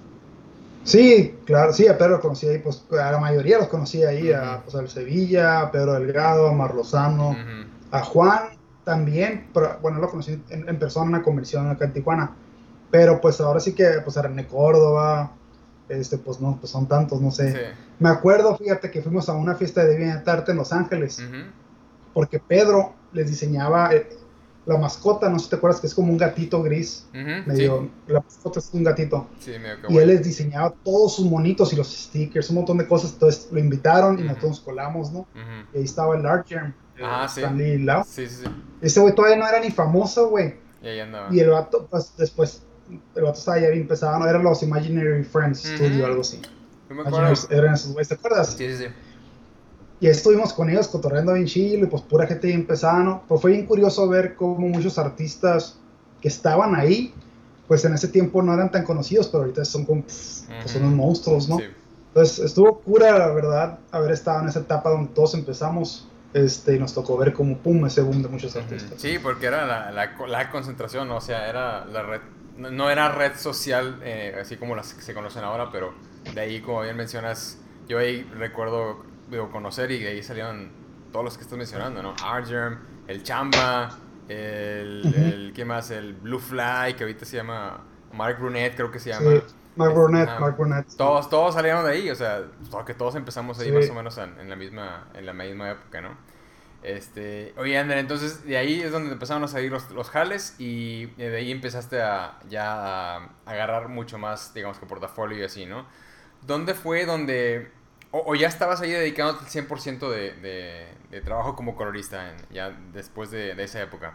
Sí, claro, sí, a Pedro lo conocí ahí, pues a la mayoría los conocí ahí, Ujú. a, pues, al Sevilla, a Pedro Delgado, a Marlozano, Ujú. a Juan también, pero bueno, lo conocí en, en persona en una convención acá en Tijuana, pero pues ahora sí que, pues a René Córdoba, este, pues no, pues son tantos, no Sí. sé. Me acuerdo, fíjate que fuimos a una fiesta de DeviantArt en Los Ángeles, Ujú. porque Pedro les diseñaba eh, la mascota, no sé si te acuerdas, que es como un gatito gris, Ujú. Sí. medio, la mascota es un gatito Sí, medio y él kawaii. les diseñaba todos sus monitos y los stickers, un montón de cosas. Entonces lo invitaron y Ujú. nosotros nos colamos, ¿no? Ujú. Y ahí estaba el Art Germ, eh, Ajá, sí. Stanley Lau. Sí, sí, sí. Ese güey todavía no era ni famoso, güey. Y ahí andaba. Y el vato, pues después, el vato estaba ya bien pesado, ¿no? Eran los Imaginary Friends Studio, Ujú. algo así. Yo me Imaginary, acuerdo. eran esos güeyes, ¿te acuerdas? Sí, sí, sí. Y ahí estuvimos con ellos cotorreando bien chido y pues pura gente bien pesada, ¿no? Pues fue bien curioso ver cómo muchos artistas que estaban ahí, pues en ese tiempo no eran tan conocidos, pero ahorita son como, pff, pues son Ujú. unos monstruos, Sí. ¿no? Entonces estuvo cura, la verdad, haber estado en esa etapa donde todos empezamos, este, y nos tocó ver como pum, ese boom de muchos Ujú. artistas. Sí, porque era la, la, co- la concentración, ¿no? O sea, era la red, no no era red social eh, así como las que se conocen ahora, pero de ahí, como bien mencionas, yo ahí recuerdo digo, conocer y de ahí salieron todos los que estás mencionando, ¿no? Argerm, el Chamba, el, Uh -huh. el, ¿qué más? El Blue Fly, que ahorita se llama Mark Brunette, creo que se Sí, llama. Mark Este, Burnett, ajá. Mark Burnett, sí. Todos, todos salieron de ahí, o sea, porque todos empezamos ahí Sí. más o menos en, en la misma, en la misma época, ¿no? Este, oye, Ander, entonces de ahí es donde empezaron a salir los, los jales y de ahí empezaste a ya a agarrar mucho más, digamos que portafolio y así, ¿no? ¿Dónde fue donde, o, o ya estabas ahí dedicándote el cien por ciento de, de, de trabajo como colorista en, ya después de, de esa época?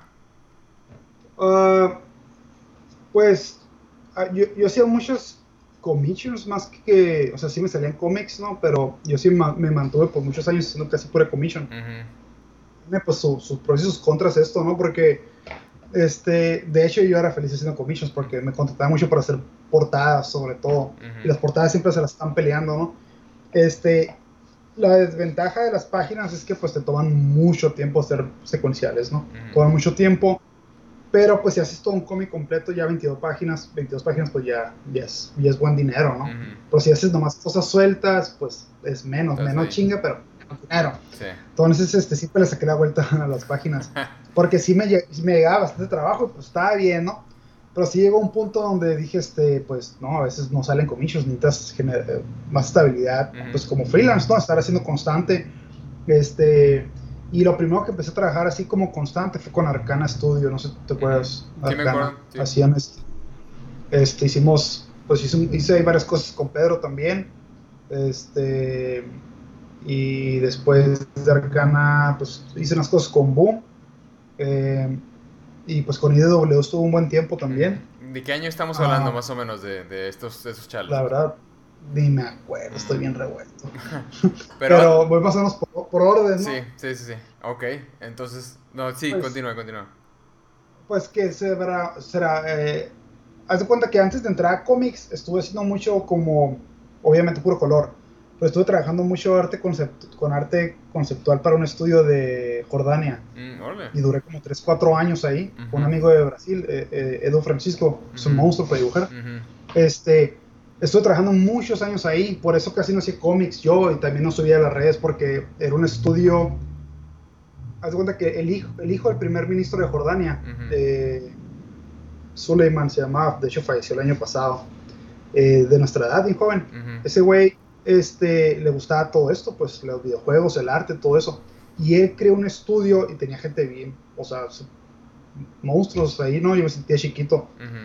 Uh, pues uh, yo, yo hacía muchos commissions más que, o sea, sí me salían cómics, ¿no? Pero yo sí ma me mantuve por muchos años haciendo casi pura commission. Uh-huh. Pues sus su pros y sus contras esto, ¿no? Porque, este, de hecho yo era feliz haciendo commissions porque me contrataba mucho para hacer portadas, sobre todo. Uh-huh. Y las portadas siempre se las están peleando, ¿no? Este, la desventaja de las páginas es que pues te toman mucho tiempo hacer secuenciales, ¿no? Uh-huh. Toman mucho tiempo, pero pues si haces todo un cómic completo, ya veintidós páginas, veintidós páginas pues ya, ya, es, ya es buen dinero, ¿no? Uh-huh. Pero si haces nomás cosas sueltas, pues es menos, Entonces, menos ahí. chinga, pero dinero. Sí. Entonces, este, siempre le saqué la vuelta a las páginas. Porque sí me, sí me llegaba bastante trabajo y pues estaba bien, ¿no? Pero sí llegó un punto donde dije, este, pues, no, a veces no salen commissions, necesitas generar más estabilidad, uh-huh. Pues como freelance, ¿no? Estar haciendo constante. Este, y lo primero que empecé a trabajar así como constante fue con Arcana Studio, no sé si te acuerdas. Uh-huh. Sí, Arcana. me acuerdo. Sí. Hacían este, este, hicimos, pues hice, hice ahí varias cosas con Pedro también. Este... Y después de Arcana, pues hice unas cosas con Boom. Eh, y pues con I D W estuvo un buen tiempo también. ¿De qué año estamos hablando ah, más o menos de, de estos, de esos challenges? La verdad, ni me acuerdo, estoy bien revuelto. Pero, Pero voy más o menos por, por orden, ¿no? Sí, sí, sí, sí. Ok, entonces, no, sí, pues, continúa, continúa. Pues que será, será eh, haz de cuenta que antes de entrar a cómics estuve haciendo mucho como, obviamente puro color. Pero estuve trabajando mucho arte concept con arte conceptual para un estudio de Jordania. Mm, y duré como tres, cuatro años ahí, uh-huh. Con un amigo de Brasil, eh, eh, Edu Francisco, uh-huh. Es un monstruo para dibujar. Uh-huh. Este, estuve trabajando muchos años ahí, por eso casi no hacía cómics yo, y también no subía a las redes, porque era un estudio, haz de cuenta que el hijo, el hijo del primer ministro de Jordania, uh-huh. eh, Suleiman se llamaba, de hecho falleció el año pasado, eh, de nuestra edad, bien joven. Uh-huh. Ese güey, Este, le gustaba todo esto, pues los videojuegos, el arte, todo eso, y él creó un estudio y tenía gente bien, o sea, monstruos ahí, ¿no? Yo me sentía chiquito. Uh-huh.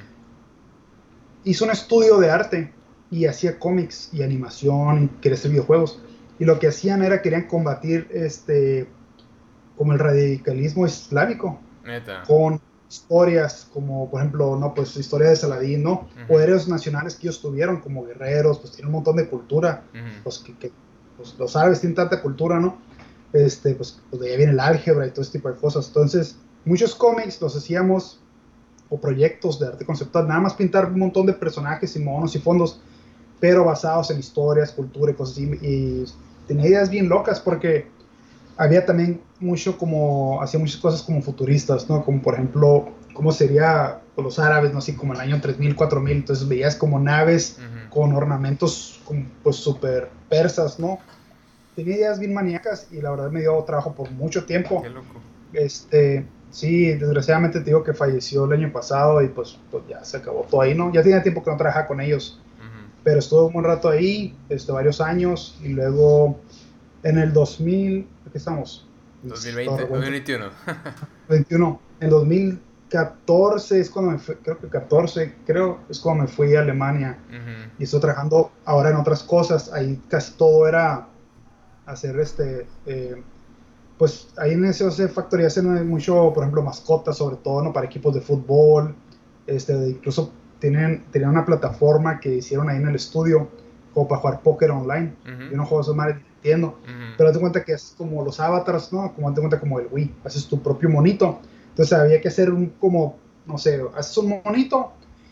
Hizo un estudio de arte y hacía cómics y animación y quería hacer videojuegos, y lo que hacían era querían combatir este como el radicalismo islámico. Neta. Con historias como, por ejemplo, no, pues historia de Saladín, ¿no? Uh-huh. O héroes nacionales que ellos tuvieron como guerreros, pues tienen un montón de cultura. Uh-huh. Pues que, que pues, los árabes tienen tanta cultura, ¿no? Este, pues, pues de ahí viene el álgebra y todo ese tipo de cosas. Entonces, muchos cómics los hacíamos, o proyectos de arte conceptual, nada más pintar un montón de personajes y monos y fondos, pero basados en historias, cultura y cosas así. Y tenía ideas bien locas porque había también mucho como, hacía muchas cosas como futuristas, ¿no? Como por ejemplo, cómo sería pues, los árabes, ¿no? Así como en el año tres mil, cuatro mil, entonces veías como naves uh-huh. con ornamentos como, pues súper persas, ¿no? Tenía ideas bien maníacas y la verdad me dio trabajo por mucho tiempo. Qué loco. Este, sí, desgraciadamente te digo que falleció el año pasado y pues, pues ya se acabó todo ahí, ¿no? Ya tenía tiempo que no trabajaba con ellos, uh-huh. Pero estuve un buen rato ahí, este, varios años, y luego en el dos mil, ¿qué estamos? dos mil veinte, dos mil veintiuno. veintiuno. En dos mil catorce es cuando me fui, creo que catorce, creo, es cuando me fui a Alemania. Uh-huh. Y estoy trabajando ahora en otras cosas. Ahí casi todo era hacer este, eh, pues ahí en ese O C Factory hacen mucho, por ejemplo, mascotas, sobre todo, ¿no? Para equipos de fútbol. Este, incluso tienen, tenían una plataforma que hicieron ahí en el estudio, como para jugar póker online. Uh-huh. Yo no juego esos mares. Entiendo, uh-huh. Pero hazte cuenta que es como los avatars, ¿no? Como hazte cuenta como el Wii, haces tu propio monito. Entonces había que hacer un como, no sé, haces un monito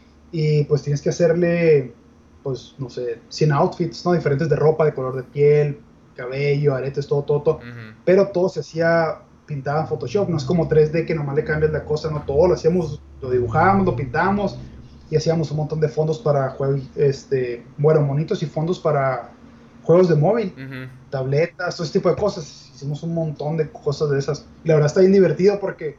y pues tienes que hacerle, pues, no sé, cien outfits, ¿no? Diferentes de ropa, de color de piel, cabello, aretes, todo, todo, todo. Uh-huh. Pero todo se hacía pintado en Photoshop, no es como tres D que nomás le cambias la cosa, no, todo lo hacíamos, lo dibujábamos, lo pintábamos y hacíamos un montón de fondos para juegos, este, bueno, monitos y fondos para juegos de móvil, Uh-huh. tabletas, todo ese tipo de cosas. Hicimos un montón de cosas de esas. Y la verdad está bien divertido porque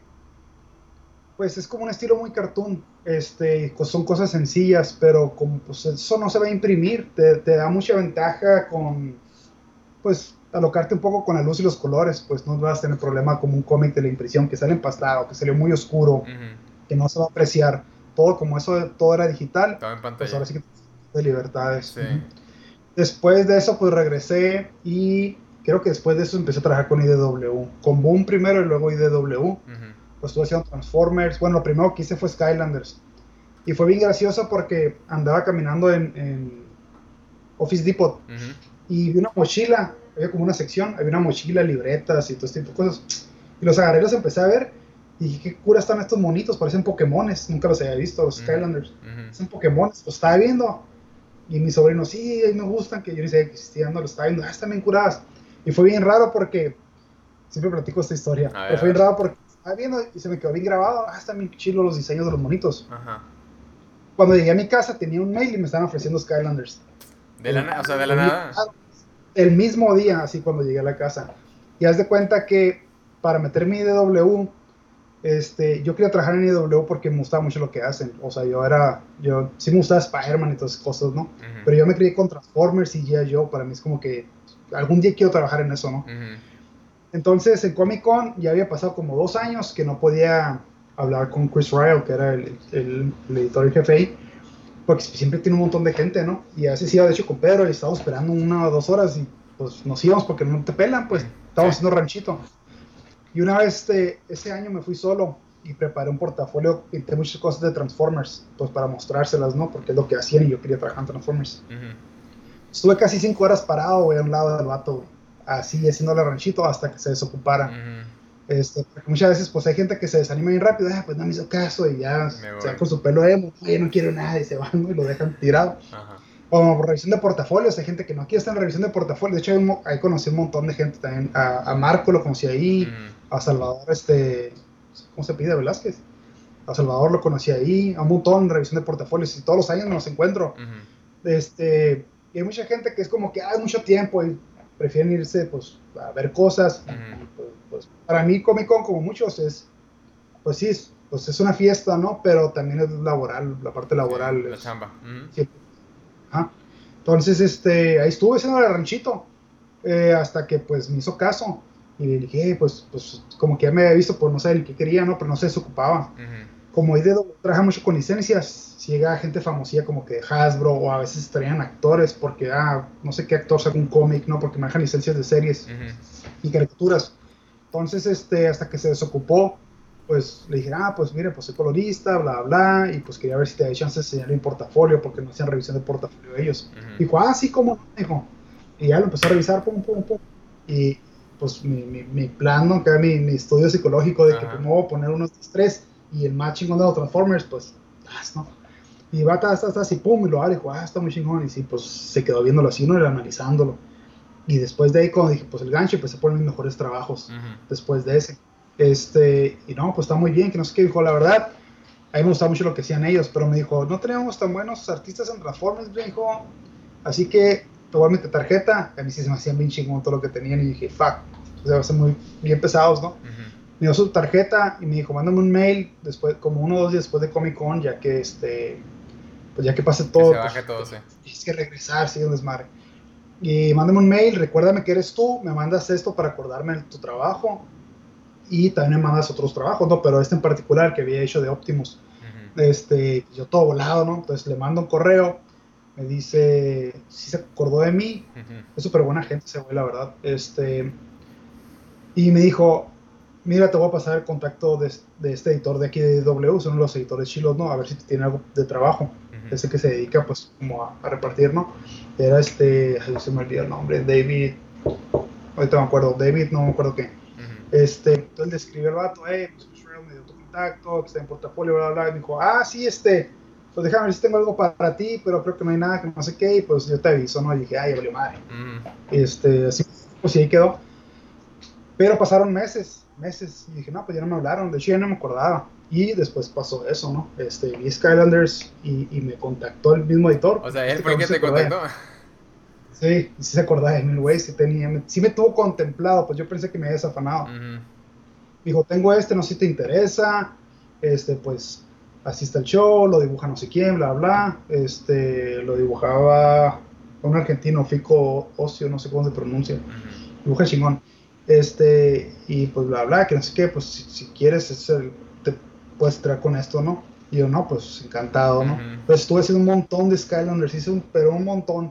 pues es como un estilo muy cartoon. Este, pues son cosas sencillas, pero como pues eso no se va a imprimir, te, te da mucha ventaja con, pues, alocarte un poco con la luz y los colores, pues no vas a tener problema como un cómic de la impresión que sale empastado, que salió muy oscuro, Uh-huh. que no se va a apreciar. Todo como eso, todo era digital, Todo en pues pantalla. ahora sí que de libertades. Sí. Uh-huh. Después de eso, pues regresé y creo que después de eso empecé a trabajar con I D W. Con Boom primero y luego I D W. Uh-huh. Pues estuve haciendo Transformers. Bueno, lo primero que hice fue Skylanders. Y fue bien gracioso porque andaba caminando en, en Office Depot Uh-huh. y vi una mochila. Había como una sección, había una mochila, libretas y todo este tipo de cosas. Y los agarré, los empecé a ver. Y dije, qué cura están estos monitos, parecen Pokémones. Nunca los había visto, los Uh-huh. Skylanders. Uh-huh. Son Pokémones, los estaba viendo. Y mi sobrino, sí, me gustan, que yo ni sabía que existían, no lo estaba viendo, ah, están bien curadas. Y fue bien raro porque, siempre platico esta historia, A ver, pero fue a bien ver. raro porque estaba viendo y se me quedó bien grabado, ah, están bien chilos los diseños de los monitos. Ajá. Cuando llegué a mi casa tenía un mail y me estaban ofreciendo Skylanders. De la nada, o sea, de la Fue bien nada. raro. El mismo día, así cuando llegué a la casa. Y haz de cuenta que para meter mi I D W, este, yo quería trabajar en I D W porque me gustaba mucho lo que hacen. O sea, yo era, yo sí me gustaba Spider-Man y todas esas cosas, ¿no? Uh-huh. Pero yo me crié con Transformers y G I Joe, para mí es como que algún día quiero trabajar en eso, ¿no? Uh-huh. Entonces en Comic Con ya había pasado como dos años que no podía hablar con Chris Ryall, que era el, el, el editor en jefe ahí, porque siempre tiene un montón de gente, ¿no? Y a veces iba de hecho con Pedro y estábamos esperando una o dos horas y pues nos íbamos porque no te pelan, pues estábamos Sí. haciendo ranchito. Y una vez este, ese año me fui solo y preparé un portafolio, pinté muchas cosas de Transformers, pues para mostrárselas, ¿no? Porque es lo que hacían y yo quería trabajar en Transformers. Uh-huh. Estuve casi cinco horas parado, güey, a un lado del vato, güey, así haciéndole ranchito hasta que se desocupara. Uh-huh. Este, porque muchas veces pues hay gente que se desanima bien rápido, ah, pues no me hizo caso y ya se va con su pelo emo, oye, no quiero nada y se van, ¿no? Y lo dejan tirado. Ajá. O revisión de portafolios, hay gente que no quiere estar en revisión de portafolios. De hecho, ahí, ahí conocí un montón de gente también. A, a Marco lo conocí ahí, Uh-huh. a Salvador, este, ¿cómo se pide? Velázquez. A Salvador lo conocí ahí, a un montón de revisión de portafolios y todos los años me los encuentro. Uh-huh. Este, y hay mucha gente que es como que hay mucho tiempo y prefieren irse pues a ver cosas. Uh-huh. Pues, pues, para mí Comic Con, como muchos, es, pues sí, pues es una fiesta, ¿no? Pero también es laboral, la parte laboral. Sí, la es, chamba. Uh-huh. Sí. Ajá. Entonces, este, ahí estuve haciendo el ranchito, eh, hasta que pues me hizo caso. Y le dije, eh, pues, pues como que ya me había visto, pues no sé el que quería, ¿no? Pero no se desocupaba. Uh-huh. Como I D W trabaja mucho con licencias, si llega gente famosilla como que Hasbro, o a veces traían actores, porque, ah, no sé qué actor saca un cómic, ¿no? Porque manejan licencias de series Uh-huh. y caricaturas. Entonces, este, hasta que se desocupó, pues le dije, ah, pues mire, pues soy colorista, bla, bla, y pues quería ver si te había chance de enseñarle un portafolio, porque no hacían revisión de portafolio ellos. Uh-huh. Dijo, ah, sí, ¿cómo no? Dijo. Y ya lo empezó a revisar, pum, pum, pum. Y pues mi, mi, mi plan, ¿no? Que era mi, mi estudio psicológico de que pues, me voy a poner unos dos, tres, y el más chingón de los Transformers, pues, ¿no? Y va, hasta, hasta, así, pum, y lo dijo, ah, está muy chingón, y sí, pues se quedó viéndolo así, ¿no? Y analizándolo. Y después de ahí, cuando dije, pues el gancho, empecé a poner mis mejores trabajos, Uh-huh. después de ese. Este, y no, pues está muy bien, que no sé qué, dijo, la verdad, a mí me gustaba mucho lo que hacían ellos, pero me dijo, no teníamos tan buenos artistas en Transformers, me dijo, así que te voy a meter tarjeta. A mí sí se me hacían bien chingón todo lo que tenían, y dije, fuck, o sea, va a ser muy bien pesados, ¿no? Uh-huh. Me dio su tarjeta y me dijo, mándame un mail después, como uno o dos días después de Comic Con, ya que este, pues ya que pase todo, que se baje pues, todo, sí. Tienes que regresar, sí, un desmadre. Y mándame un mail, recuérdame que eres tú, me mandas esto para acordarme de tu trabajo, y también me mandas otros trabajos, ¿no? Pero este en particular que había hecho de Optimus, uh-huh. este, yo todo volado, ¿no? Entonces le mando un correo, me dice si se acordó de mí, uh-huh. Es súper buena gente ese güey, la verdad, este, y me dijo, mira, te voy a pasar el contacto de, de este editor de aquí de W, son los editores chilos, ¿no? A ver si tiene algo de trabajo, uh-huh. Ese que se dedica, pues, como a, a repartir, ¿no? Era este, ay, se me olvidó el nombre, David, ahorita me acuerdo, David, no me acuerdo qué. Este, entonces le escribí al vato, hey, pues Israel me dio tu contacto, que está en portafolio, bla, bla, bla, y me dijo, ah, sí, este, pues déjame ver si tengo algo para ti, pero creo que no hay nada, que no sé qué, y pues yo te aviso, ¿no? Y dije, ay, ya valió madre. Uh-huh. Este, así, pues y ahí quedó. Pero pasaron meses, meses, y dije, no, pues ya no me hablaron, de hecho ya no me acordaba. Y después pasó eso, ¿no? Este, vi Skylanders y, y me contactó el mismo editor. O sea, él este fue el que te contactó. Sí, sí se acordaba de mí, güey, sí tenía, me- sí me tuvo contemplado, pues yo pensé que me había desafanado. Ujú, Dijo, tengo este, no sé si te interesa, este, pues, así está el show, lo dibuja no sé quién, bla, bla, este, lo dibujaba un argentino, Fico Ocio, no sé cómo se pronuncia, ujú, dibuja chingón, este, y pues, bla, bla, que no sé qué, pues, si, si quieres, es el- te puedes traer con esto, ¿no? Y yo, no, pues, encantado, ¿no? ujú. Pues estuve haciendo un montón de Skylanders, hice un, pero un montón,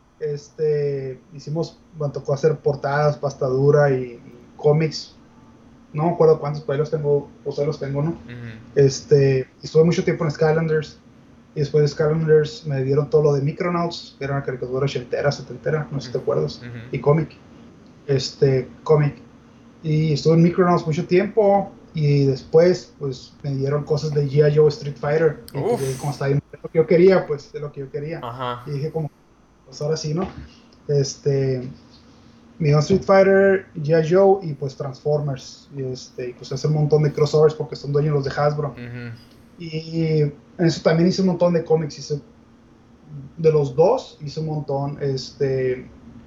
este, hicimos, bueno, tocó hacer portadas, pasta dura y, y cómics, no me acuerdo cuántos, pero ahí los tengo, pues ahí los tengo, ¿no? Ujú, Este, estuve mucho tiempo en Skylanders, y después de Skylanders me dieron todo lo de Micronauts, que era una caricatura ochentera, setentera, no sé si te acuerdas, ujú, y cómic, este, cómic. Y estuve en Micronauts mucho tiempo, y después, pues, me dieron cosas de G I. Joe Street Fighter, y ujú. pues ahí como Uf. estaba bien, lo que yo quería, pues, de lo que yo quería. Ajá. Y dije como, pues ahora sí, ¿no? Este, mi Street Fighter, G I. Joe y pues Transformers. Y, este, y pues hace un montón de crossovers porque son dueños los de Hasbro. Ujú, Y en eso también hice un montón de cómics. Hice de los dos, hice un montón. Este,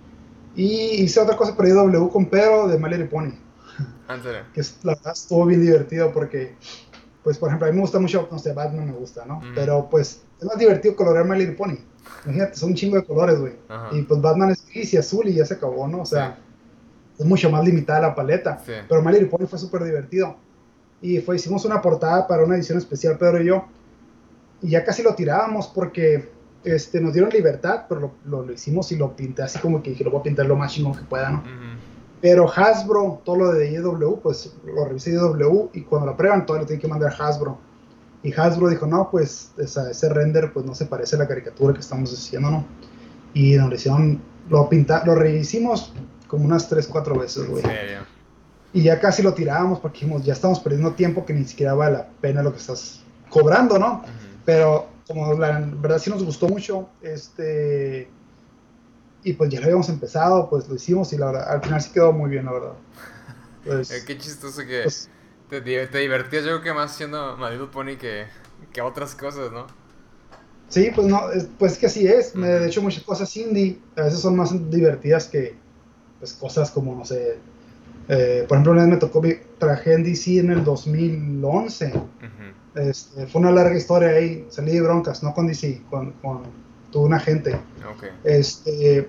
y hice otra cosa para I W con Pedro de My Little Pony. ándale. Que es, la verdad estuvo bien divertido porque, pues por ejemplo, a mí me gusta mucho, no sé, Batman me gusta, ¿no? Ujú, Pero pues es más divertido colorear My Little Pony. Imagínate, son un chingo de colores, güey. ajá. Y pues Batman es gris y azul y ya se acabó, ¿no? O Sí, sea, es mucho más limitada la paleta, sí. pero My Little Pony fue súper divertido. Y fue, hicimos una portada para una edición especial, Pedro y yo, y ya casi lo tirábamos porque este, nos dieron libertad, pero lo, lo, lo hicimos y lo pinté así como que dije, lo voy a pintar lo más chingón que pueda, ¿no? Ujú, Pero Hasbro, todo lo de I W, pues lo revisé I W y cuando lo prueban, todo lo tienen que mandar a Hasbro. Y Hasbro dijo, no, pues esa, ese render pues no se parece a la caricatura que estamos haciendo, ¿no? Y nos lo hicieron, lo pinta, lo rehicimos como unas tres cuatro veces, en güey. serio. Y ya casi lo tirábamos porque dijimos, ya estamos perdiendo tiempo que ni siquiera vale la pena lo que estás cobrando, ¿no? Ujú. Pero como la verdad sí nos gustó mucho, este, y pues ya lo habíamos empezado, pues lo hicimos y la verdad, al final sí quedó muy bien, la verdad. Eh, Pues, qué chistoso que pues te, di- te divertías yo creo que más haciendo My Little Pony que, que otras cosas, ¿no? sí, pues no, es, pues que así es. Me, Ujú, de hecho, muchas cosas indie a veces son más divertidas que pues cosas como, no sé, eh, por ejemplo, una vez me tocó, vi- trabajé en D C en el dos mil once. ujú, Este, fue una larga historia ahí, salí de broncas, no con D C, con, con tuve un agente. ok. Este,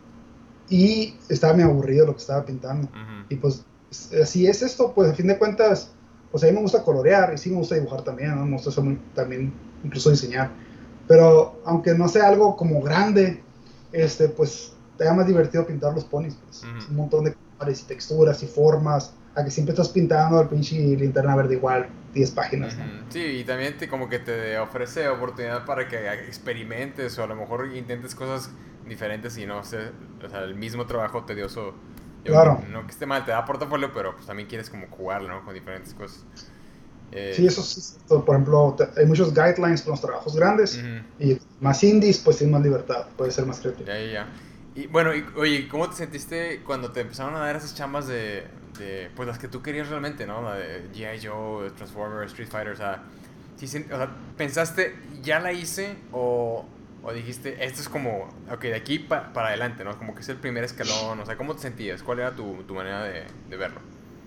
y estaba muy aburrido lo que estaba pintando. Ujú, Y pues, así es esto, pues a fin de cuentas, pues a mí me gusta colorear y sí me gusta dibujar también, ¿no? Me gusta hacer muy- también, incluso diseñar. Pero aunque no sea algo como grande, este, pues te da más divertido pintar los ponis, pues. ujú, Es un montón de colores y texturas y formas, a que siempre estás pintando el pinche linterna verde igual, diez páginas, ¿no? ujú. Sí, y también te, como que te ofrece oportunidad para que experimentes o a lo mejor intentes cosas diferentes y no sé, o sea, el mismo trabajo tedioso. Yo creo Claro. que no que esté mal, te da portafolio, pero pues también quieres como jugarlo, ¿no? Con diferentes cosas. Sí, Eh, eso sí. Por ejemplo, te- hay muchos guidelines con los trabajos grandes ujú. y más indies, pues tienes más libertad, puedes ser más creativo. Ya, ya, ya. Y bueno, y, oye, ¿cómo te sentiste cuando te empezaron a dar esas chambas de, de pues las que tú querías realmente, ¿no? La de G I. Joe, Transformers, Street Fighter, o sea, sí, sen- o sea, ¿pensaste, ya la hice o, o dijiste, esto es como, ok, de aquí pa- para adelante, ¿no? Como que es el primer escalón, o sea, ¿cómo te sentías? ¿Cuál era tu, tu manera de, de verlo?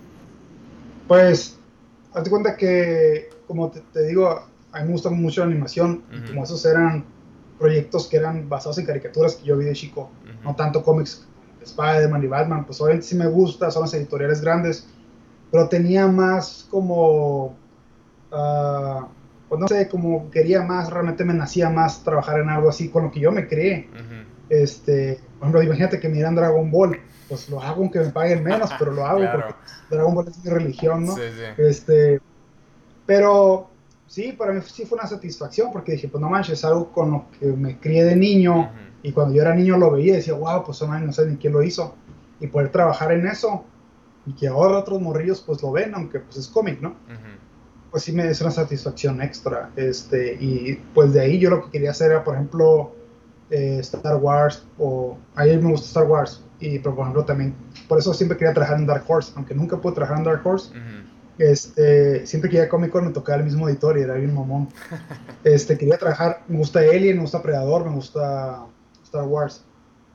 Pues, hazte cuenta que, como te, te digo, a mí me gusta mucho la animación y Ujú, como esos eran proyectos que eran basados en caricaturas que yo vi de chico, ujú, no tanto cómics como Spider-Man y Batman, pues obviamente sí me gusta, son las editoriales grandes, pero tenía más como, uh, pues no sé, como quería más, realmente me nacía más trabajar en algo así con lo que yo me creé. ujú. Este, por ejemplo, imagínate que me dieran Dragon Ball, pues lo hago aunque me paguen menos, pero lo hago porque Claro, Dragon Ball es mi religión, sí, ¿no? sí. Este, pero sí, para mí sí fue una satisfacción porque dije, pues no manches, es algo con lo que me crié de niño Ujú, y cuando yo era niño lo veía y decía, wow, pues no, no sé ni quién lo hizo. Y poder trabajar en eso y que ahora otros morrillos pues lo ven, aunque pues es cómic, ¿no? ujú, Pues sí me es una satisfacción extra. Este, y pues de ahí yo lo que quería hacer era, por ejemplo, eh, Star Wars, o a mí me gusta Star Wars, y pero, por ejemplo también, por eso siempre quería trabajar en Dark Horse, aunque nunca pude trabajar en Dark Horse, ujú. este, siempre que iba a Comic Con me tocaba el mismo editor y era bien mamón. Este, quería trabajar, me gusta Alien, me gusta Predador, me gusta Star Wars,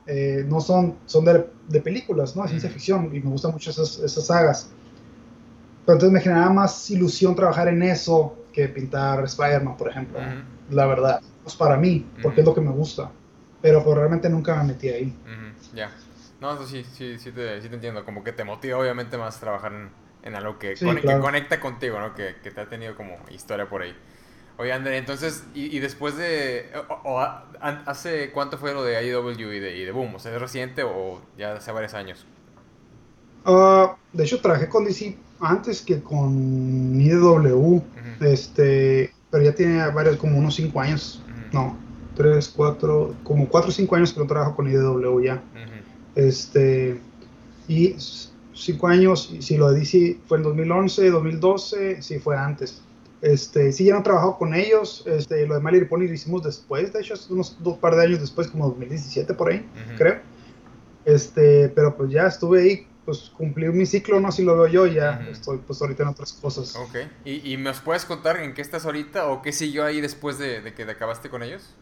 eh, no son, son de, de películas, ¿no? De ciencia Ujú. ficción, y me gustan mucho esas, esas sagas. Pero entonces me generaba más ilusión trabajar en eso que pintar Spider-Man, por ejemplo, ¿no? Ujú. La verdad. Pues para mí, porque Ujú. es lo que me gusta. Pero pues realmente nunca me metí ahí. Ujú. Ya. No, eso sí, sí, sí te, sí te entiendo. Como que te motiva obviamente más trabajar en, en algo que, Sí, cone- que claro. conecta contigo, ¿no? Que, que te ha tenido como historia por ahí. Oye, André, entonces, y, y después de... O, o a- an- ¿hace cuánto fue lo de I W y de, y de Boom? O sea, ¿es reciente o ya hace varios años? Ah, de hecho, trabajé con D C antes que con I D W, Ujú. este, pero ya tiene varios, como unos cinco años. Ujú. No, tres, cuatro, como cuatro o cinco años que no trabajo con I D W ya. Ujú. Este, y s- cinco años, y si lo de D C fue en dos mil once, dos mil doce, sí fue antes. Este, sí, ya no he trabajado con ellos. Este, lo de My Little Pony lo hicimos después, de hecho, unos dos par de años después, como dos mil diecisiete por ahí, Ujú. creo. Este, pero pues ya estuve ahí, pues cumplí mi ciclo, no si lo veo yo, ya Ujú. estoy pues ahorita en otras cosas. Ok. ¿Y, y me os puedes contar en qué estás ahorita o qué siguió ahí después de, de que te acabaste con ellos?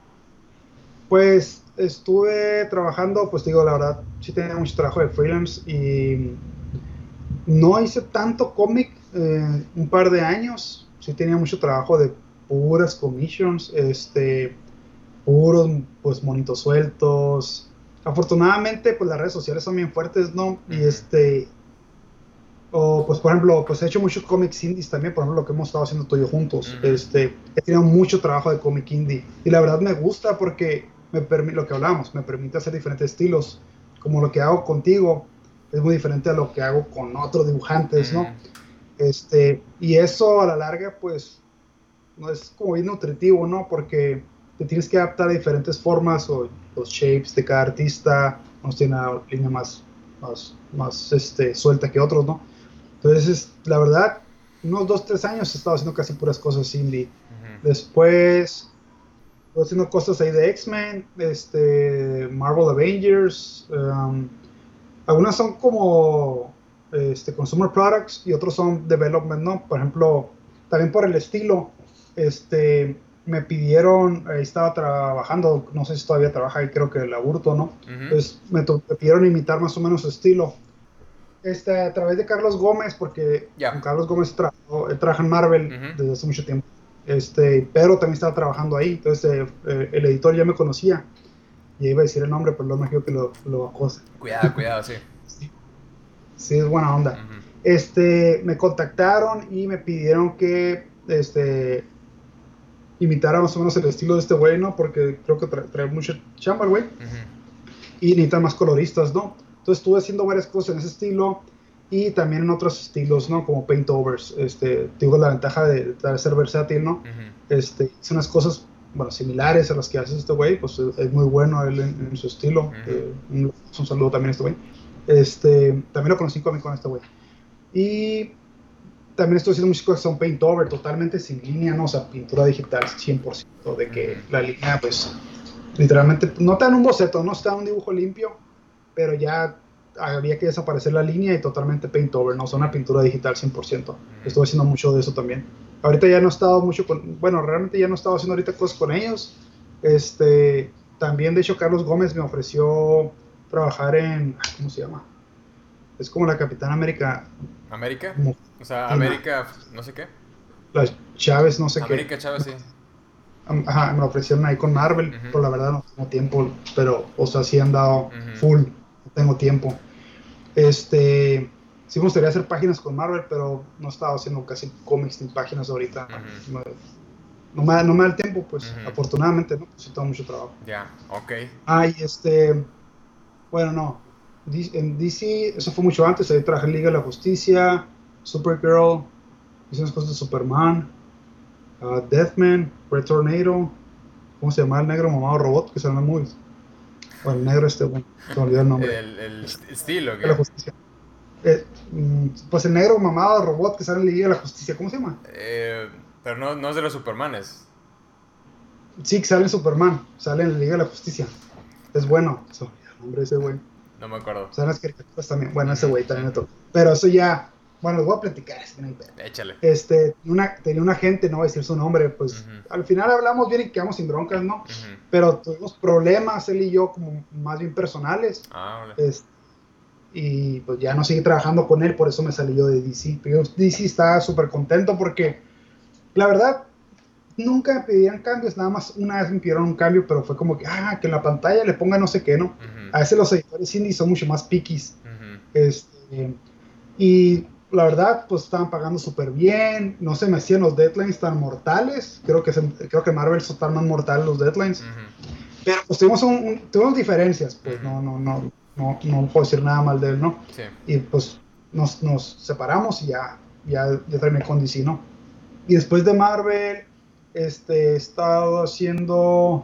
Pues estuve trabajando, pues digo, la verdad, sí tenía mucho trabajo de freelance y no hice tanto cómic eh, un par de años, sí tenía mucho trabajo de puras commissions, este, puros pues monitos sueltos. Afortunadamente, pues las redes sociales son bien fuertes, ¿no? Y Ujú. este, o, pues, por ejemplo, pues he hecho muchos cómics indies también, por ejemplo, lo que hemos estado haciendo tú y yo juntos. Ujú. Este, he tenido mucho trabajo de cómic indie y la verdad me gusta porque me permite, lo que hablamos, me permite hacer diferentes estilos, como lo que hago contigo es muy diferente a lo que hago con otros dibujantes, Ujú. ¿no? Este, y eso a la larga, pues, no es como bien nutritivo, ¿no? Porque te tienes que adaptar a diferentes formas o los shapes de cada artista, unos tienen una línea más, más, más este, suelta que otros, ¿no? Entonces, la verdad, unos dos, tres años he estado haciendo casi puras cosas indie. Ujú. Después, estoy haciendo cosas ahí de X-Men, este, Marvel Avengers. Um, algunas son como este, consumer products y otros son development, ¿no? Por ejemplo, también por el estilo, este, me pidieron, ahí estaba trabajando, no sé si todavía trabaja ahí, creo que el aburto, ¿no? Ujú. Entonces, me, to- me pidieron imitar más o menos su estilo este, a través de Carlos Gómez, porque con Ya. Carlos Gómez trabajo, he trabajado en Marvel Ujú. desde hace mucho tiempo, este, pero también estaba trabajando ahí, entonces eh, eh, el editor ya me conocía, y iba a decir el nombre, pero luego me dijo que lo, lo acose. Cuidado, cuidado, sí. Sí, sí, es buena onda. Ujú. Este, me contactaron y me pidieron que este, imitara más o menos el estilo de este güey, ¿no? Porque creo que trae, trae mucho chamba el güey Ujú. y necesitan más coloristas, ¿no? Entonces estuve haciendo varias cosas en ese estilo y también en otros estilos, ¿no? Como paintovers. Este, digo, la ventaja de, de ser versátil, ¿no? Ujú. Este, hice unas cosas, bueno, similares a las que hace este güey, pues es muy bueno él en, en su estilo. Ujú. Eh, un, un, saludo también a este güey. Este, también lo conocí con, con este güey. Y también estoy haciendo muchas cosas que son paintover, totalmente sin línea, ¿no? O sea, pintura digital cien por ciento, de Ujú. que la línea, pues, literalmente, no está en un boceto, no está en un dibujo limpio, pero ya había que desaparecer la línea y totalmente paint over, no, o sea, una pintura digital cien por ciento. Ujú. Estoy haciendo mucho de eso también. Ahorita ya no he estado mucho con, bueno, realmente ya no he estado haciendo ahorita cosas con ellos. Este, también, de hecho, Carlos Gómez me ofreció trabajar en, ¿cómo se llama? Es como la Capitán América, ¿América? como O sea, Tina, América, no sé qué. las Chávez, no sé qué. América Chávez, sí. Ajá, me ofrecieron ahí con Marvel, Ujú. pero la verdad no tengo tiempo, pero, o sea, sí han dado Ujú. full, no tengo tiempo. Este, sí me gustaría hacer páginas con Marvel, pero no he estado haciendo casi cómics ni páginas ahorita. Ujú. No, no me, no me da el tiempo, pues, Ujú. afortunadamente, ¿no? Pues sí tengo mucho trabajo. Ya, ok. Ah, y este, bueno, no, D- en D C, eso fue mucho antes, ahí trabajé en Liga de la Justicia, Supergirl, hice unas cosas de Superman, uh, Deathman, Red Tornado, ¿cómo se llama el negro mamado robot que sale en las movies? O el negro este, bueno, se me olvidó el nombre, ¿El, el est- estilo de la qué? Justicia. Eh, mm, pues el negro mamado robot que sale en Liga de la Justicia, ¿cómo se llama? Eh, pero no, no es de los Supermanes. Sí, que sale en Superman, sale en la Liga de la Justicia. Es bueno, se me olvidó el nombre de ese güey. No me acuerdo. Salen las caricaturas también, bueno, ese Ujú. güey también me toca. Pero eso ya, bueno, les voy a platicar, este, Échale. Este, una, tenía un agente, no voy a decir su nombre, pues uh-huh. al final hablamos bien y quedamos sin broncas, ¿no? Uh-huh. Pero tuvimos problemas, él y yo, como más bien personales. Ah, vale. Este, y pues ya no seguí trabajando con él, por eso me salí yo de D C. Pero D C estaba súper contento porque, la verdad, nunca me pedían cambios, nada más una vez me pidieron un cambio, pero fue como que, ah, que en la pantalla le ponga no sé qué, ¿no? Uh-huh. A veces los editores indie son mucho más piquis. Uh-huh. Este, y la verdad, pues estaban pagando súper bien, no se me hacían los deadlines tan mortales, creo que, se, creo que Marvel son más mortales los deadlines, uh-huh. Pero pues tuvimos, un, un, tuvimos diferencias, pues uh-huh. no, no, no, no, no puedo decir nada mal de él, ¿no? Sí. Y pues nos, nos separamos y ya, ya, ya terminé con D C, ¿no? Y después de Marvel, este, he estado haciendo...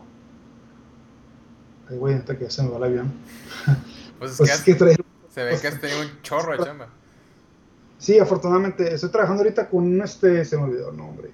Ay, güey, hasta que ya se me va el avión. Pues es pues que, es que trae... se ve que has tenido un chorro de chamba. Sí, afortunadamente. Estoy trabajando ahorita con un, este, se me olvidó el nombre.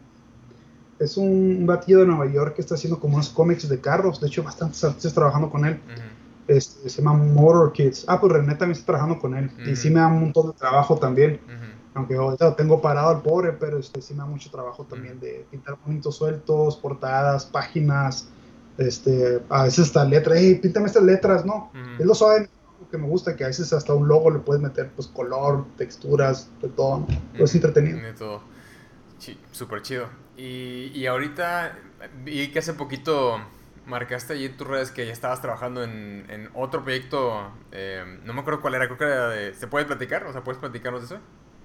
Es un, un batillo de Nueva York que está haciendo como unos cómics de carros. De hecho, bastantes artistas trabajando con él. Uh-huh. Este, se llama Motor Kids. Ah, pues René también está trabajando con él. Uh-huh. Y sí me da un montón de trabajo también. Uh-huh. Aunque ahorita lo tengo parado al pobre, pero este, sí me da mucho trabajo también uh-huh. de pintar bonitos sueltos, portadas, páginas. Este, a veces hasta letras. Hey, píntame estas letras, ¿no? Uh-huh. Es lo suave que me gusta, que a veces hasta un logo le puedes meter pues color, texturas, de todo, ¿no? Pero es entretenido. De todo. Sí, súper chido. Y, y ahorita vi que hace poquito marcaste allí en tus redes que ya estabas trabajando en, en otro proyecto, eh, no me acuerdo cuál era, creo que era de... ¿Se puede platicar? O sea, ¿puedes platicarnos de eso?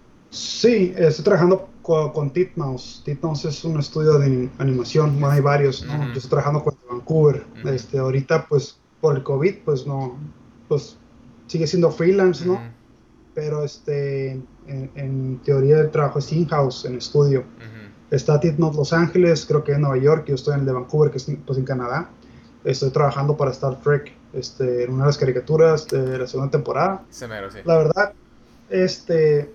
Sí, estoy trabajando con, con Titmouse. Titmouse es un estudio de animación, bueno, hay varios, ¿no? Uh-huh. Yo estoy trabajando con Vancouver. Uh-huh. Este, ahorita, pues, por el COVID, pues no, pues sigue siendo freelance, ¿no? Uh-huh. Pero este, en, en teoría el trabajo es in-house, en estudio. Uh-huh. Está Titmouse Los Ángeles, creo que en Nueva York, yo estoy en el de Vancouver, que es pues, en Canadá. Estoy trabajando para Star Trek, este, en una de las caricaturas de la segunda temporada. Se mero, sí. La verdad, este,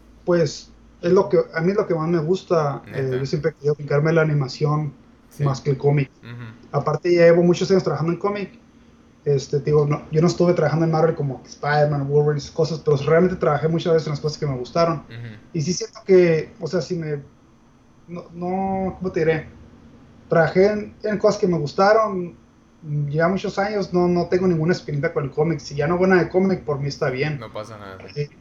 pues, es lo que, a mí es lo que más me gusta. Eh, yo siempre he querido picarme la animación, sí, más que el cómic. Uh-huh. Aparte, ya llevo muchos años trabajando en cómic. Este, digo, no, yo no estuve trabajando en Marvel como Spider-Man, Wolverine, cosas, pero realmente trabajé muchas veces en las cosas que me gustaron. Uh-huh. Y sí siento que, o sea, si me, no, no ¿cómo te diré? Trabajé en, en cosas que me gustaron, ya muchos años, no, no tengo ninguna espinita con el cómic. Si ya no hago nada de cómic, por mí está bien. No pasa nada. Eh,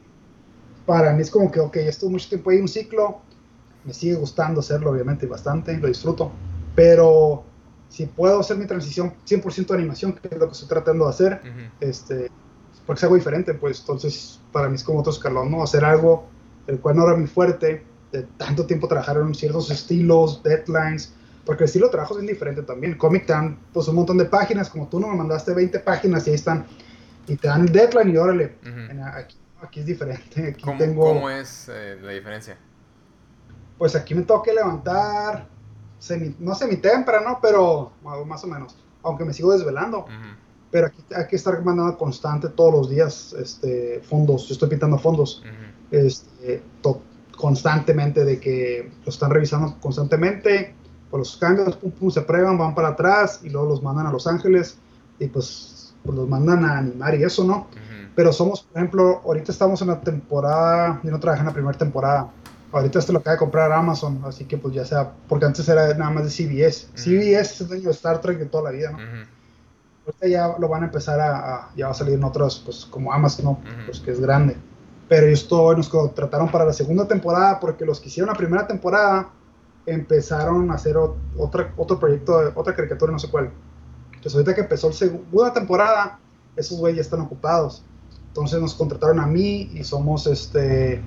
para mí es como que, ok, estuve mucho tiempo ahí, un ciclo, me sigue gustando hacerlo, obviamente, bastante, lo disfruto, pero si puedo hacer mi transición cien por ciento de animación, que es lo que estoy tratando de hacer, uh-huh. este, porque es algo diferente, pues entonces para mí es como otro escalón, ¿no? Hacer algo el cual no era mi fuerte, de tanto tiempo trabajar en ciertos estilos, deadlines, porque el estilo de trabajo es bien diferente también. El cómic te dan pues un montón de páginas, como tú no me mandaste veinte páginas y ahí están, y te dan el deadline y órale, uh-huh. aquí, aquí es diferente. Aquí ¿Cómo, tengo, ¿Cómo es eh, la diferencia? Pues aquí me tengo que levantar, semi, no semi-temprano, pero más o menos, aunque me sigo desvelando. Uh-huh. Pero aquí hay que estar mandando constante todos los días este, fondos. Yo estoy pintando fondos uh-huh. este, to, constantemente, de que lo están revisando constantemente. Pues los cambios pum, pum, se prueban, van para atrás y luego los mandan a Los Ángeles y pues, pues los mandan a animar y eso, ¿no? Uh-huh. Pero somos, por ejemplo, ahorita estamos en la temporada, yo no trabajé en la primera temporada. Ahorita esto lo acaba de comprar Amazon, así que pues ya sea, porque antes era nada más de C B S. Uh-huh. C B S es el dueño de Star Trek de toda la vida, ¿no? Uh-huh. Ahorita ya lo van a empezar a, a, ya va a salir en otros, pues como Amazon, ¿no? Uh-huh. Pues que es grande. Pero yo estoy, nos contrataron para la segunda temporada, porque los que hicieron la primera temporada empezaron a hacer o, otra, otro proyecto, otra caricatura, no sé cuál. Entonces ahorita que empezó la segunda temporada, esos güeyes ya están ocupados. Entonces nos contrataron a mí y somos este...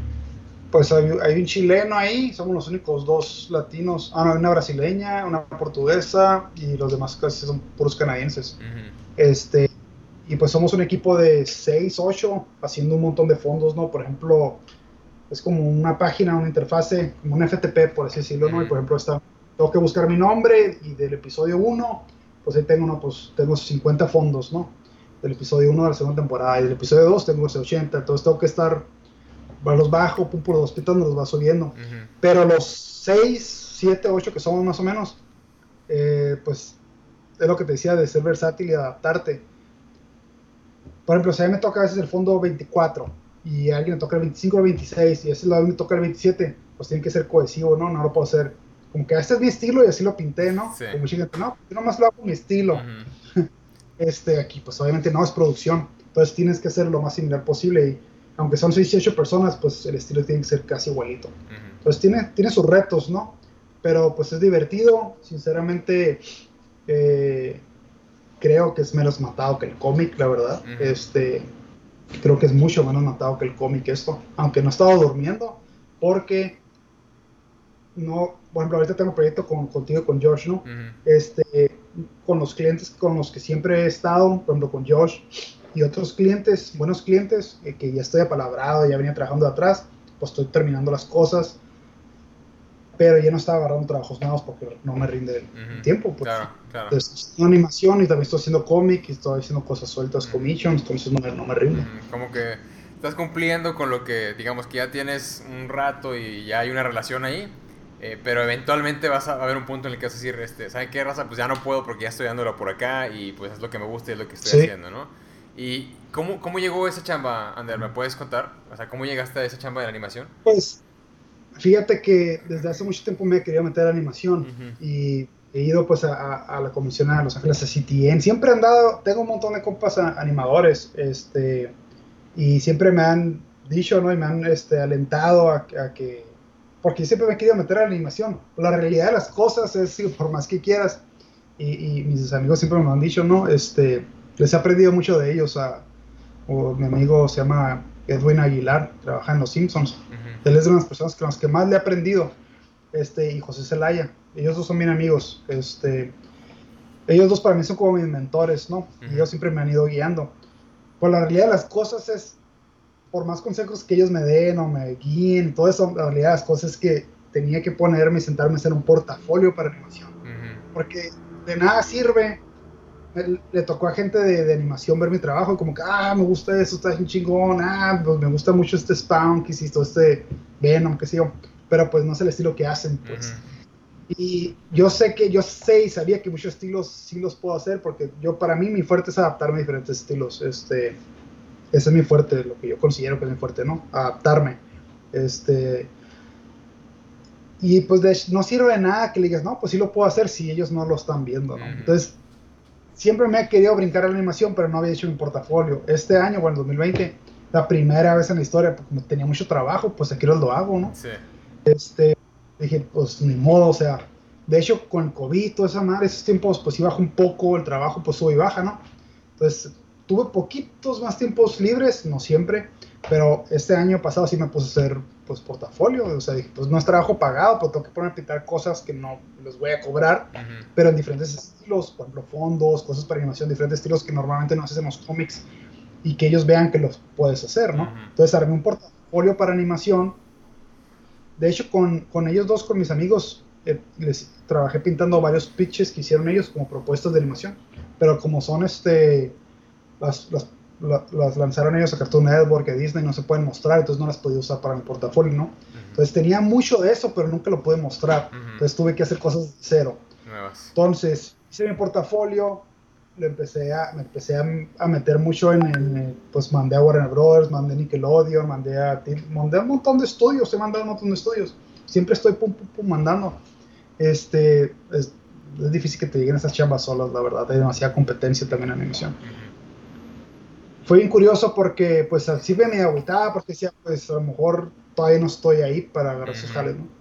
Pues hay, hay un chileno ahí, somos los únicos dos latinos, ah, no, una brasileña, una portuguesa y los demás casi son puros canadienses. Uh-huh. Este, y pues somos un equipo de seis, ocho, haciendo un montón de fondos, ¿no? Por ejemplo, es como una página, una interfase, como un F T P, por así decirlo, ¿no? Uh-huh. Y por ejemplo, está, tengo que buscar mi nombre y del episodio uno, pues ahí tengo, ¿no? Pues tengo cincuenta fondos, ¿no? Del episodio uno de la segunda temporada y del episodio dos tengo ochenta, entonces tengo que estar... los bajo, pum, por los pitos me los va subiendo. Uh-huh. Pero los seis, siete, ocho que somos más o menos, eh, pues es lo que te decía de ser versátil y adaptarte. Por ejemplo, si a mí me toca a veces el fondo veinticuatro, y a alguien le toca el veinticinco o el veintiséis, y a ese lado me toca el veintisiete, pues tiene que ser cohesivo, ¿no? No lo puedo hacer como que este es mi estilo y así lo pinté, ¿no? Sí. Como mucha gente, no, yo nomás lo hago con mi estilo. Uh-huh. Este, aquí, pues obviamente no es producción, entonces tienes que hacer lo más similar posible, y aunque son seis, ocho personas, pues el estilo tiene que ser casi igualito. Uh-huh. Entonces tiene, tiene sus retos, ¿no? Pero pues es divertido, sinceramente, eh, creo que es menos matado que el cómic, la verdad. Uh-huh. Este, creo que es mucho menos matado que el cómic esto, aunque no he estado durmiendo, porque no, por ejemplo, ahorita tengo un proyecto con, contigo, con Josh, ¿no? Uh-huh. Este, con los clientes con los que siempre he estado, por ejemplo, con Josh y otros clientes, buenos clientes, eh, que ya estoy apalabrado, ya venía trabajando de atrás, pues estoy terminando las cosas, pero ya no estaba agarrando trabajos nuevos porque no me rinde el uh-huh. tiempo. Pues. Claro, claro. Entonces, estoy haciendo animación y también estoy haciendo cómic y estoy haciendo cosas sueltas, uh-huh. commissions, entonces no me, no me rinde. Uh-huh. Como que estás cumpliendo con lo que, digamos, que ya tienes un rato y ya hay una relación ahí. Eh, pero eventualmente vas a haber un punto en el que vas a decir, este, ¿saben qué, raza? Pues ya no puedo porque ya estoy dándolo por acá y pues es lo que me gusta y es lo que estoy sí. haciendo, ¿no? ¿Y cómo, cómo llegó esa chamba, Ander? ¿Me puedes contar? O sea, ¿cómo llegaste a esa chamba de la animación? Pues, fíjate que desde hace mucho tiempo me quería meter a animación uh-huh. y he ido pues a, a la comisión a Los Ángeles, a C T N. Siempre he andado, tengo un montón de compas a, animadores, este, y siempre me han dicho, ¿no? Y me han este, alentado a, a que... porque siempre me he querido meter a la animación. La realidad de las cosas es, por más que quieras, y, y mis amigos siempre me han dicho, ¿no? Este, les he aprendido mucho de ellos. A, o mi amigo se llama Edwin Aguilar, trabaja en Los Simpsons. Uh-huh. Él es de las personas con las que más le he aprendido. Este, y José Zelaya, ellos dos son bien amigos. Este, ellos dos para mí son como mis mentores, ¿no? Uh-huh. Y ellos siempre me han ido guiando. Pues la realidad de las cosas es, por más consejos que ellos me den o me guíen, todo eso, la realidad de las cosas es que tenía que ponerme y sentarme a hacer un portafolio para animación. Uh-huh. Porque de nada sirve, le, le tocó a gente de, de animación ver mi trabajo y como que, ah, me gusta eso, está bien chingón, ah, pues me gusta mucho este Spawn que hiciste, este Venom, qué sé yo, pero pues no es el estilo que hacen, pues. Uh-huh. Y yo sé que, yo sé y sabía que muchos estilos sí los puedo hacer, porque yo, para mí, mi fuerte es adaptarme a diferentes estilos, este... Ese es mi fuerte, lo que yo considero que es mi fuerte, ¿no? Adaptarme. Este, y pues de, no sirve de nada que le digas, no, pues sí lo puedo hacer si ellos no lo están viendo, ¿no? Entonces, siempre me he querido brincar a la animación, pero no había hecho mi portafolio. Este año, bueno, dos mil veinte, la primera vez en la historia, porque como tenía mucho trabajo, pues aquí lo hago, ¿no? Sí. Este, dije, pues ni modo, o sea, de hecho, con el COVID, toda esa madre, esos tiempos, pues sí baja un poco el trabajo, pues sube y baja, ¿no? Entonces, tuve poquitos más tiempos libres, no siempre, pero este año pasado sí me puse a hacer pues portafolio, o sea, dije, pues no es trabajo pagado, pues tengo que poner a pintar cosas que no les voy a cobrar, uh-huh. pero en diferentes estilos, por ejemplo, fondos, cosas para animación, diferentes estilos que normalmente no hacemos cómics y que ellos vean que los puedes hacer, ¿no? Uh-huh. Entonces armé un portafolio para animación. De hecho, con, con ellos dos, con mis amigos, eh, les trabajé pintando varios pitches que hicieron ellos como propuestas de animación, pero como son este... Las, las, las lanzaron ellos a Cartoon Network, a Disney, no se pueden mostrar, entonces no las podía usar para mi portafolio, ¿no? Uh-huh. Entonces tenía mucho de eso, pero nunca lo pude mostrar. Uh-huh. Entonces tuve que hacer cosas de cero. Nuevas. Entonces hice mi portafolio, le empecé a, me empecé a, a meter mucho en, en, pues mandé a Warner Brothers, mandé a Nickelodeon, mandé a, mandé a un montón de estudios, he mandado un montón de estudios. Siempre estoy pum, pum, pum, mandando. Este, es, es difícil que te lleguen esas chambas solas, la verdad. Hay demasiada competencia también en animación. Uh-huh. Fue bien curioso porque, pues, así me agüitaba porque decía, pues, a lo mejor todavía no estoy ahí para agarrar uh-huh. esos jales, ¿no?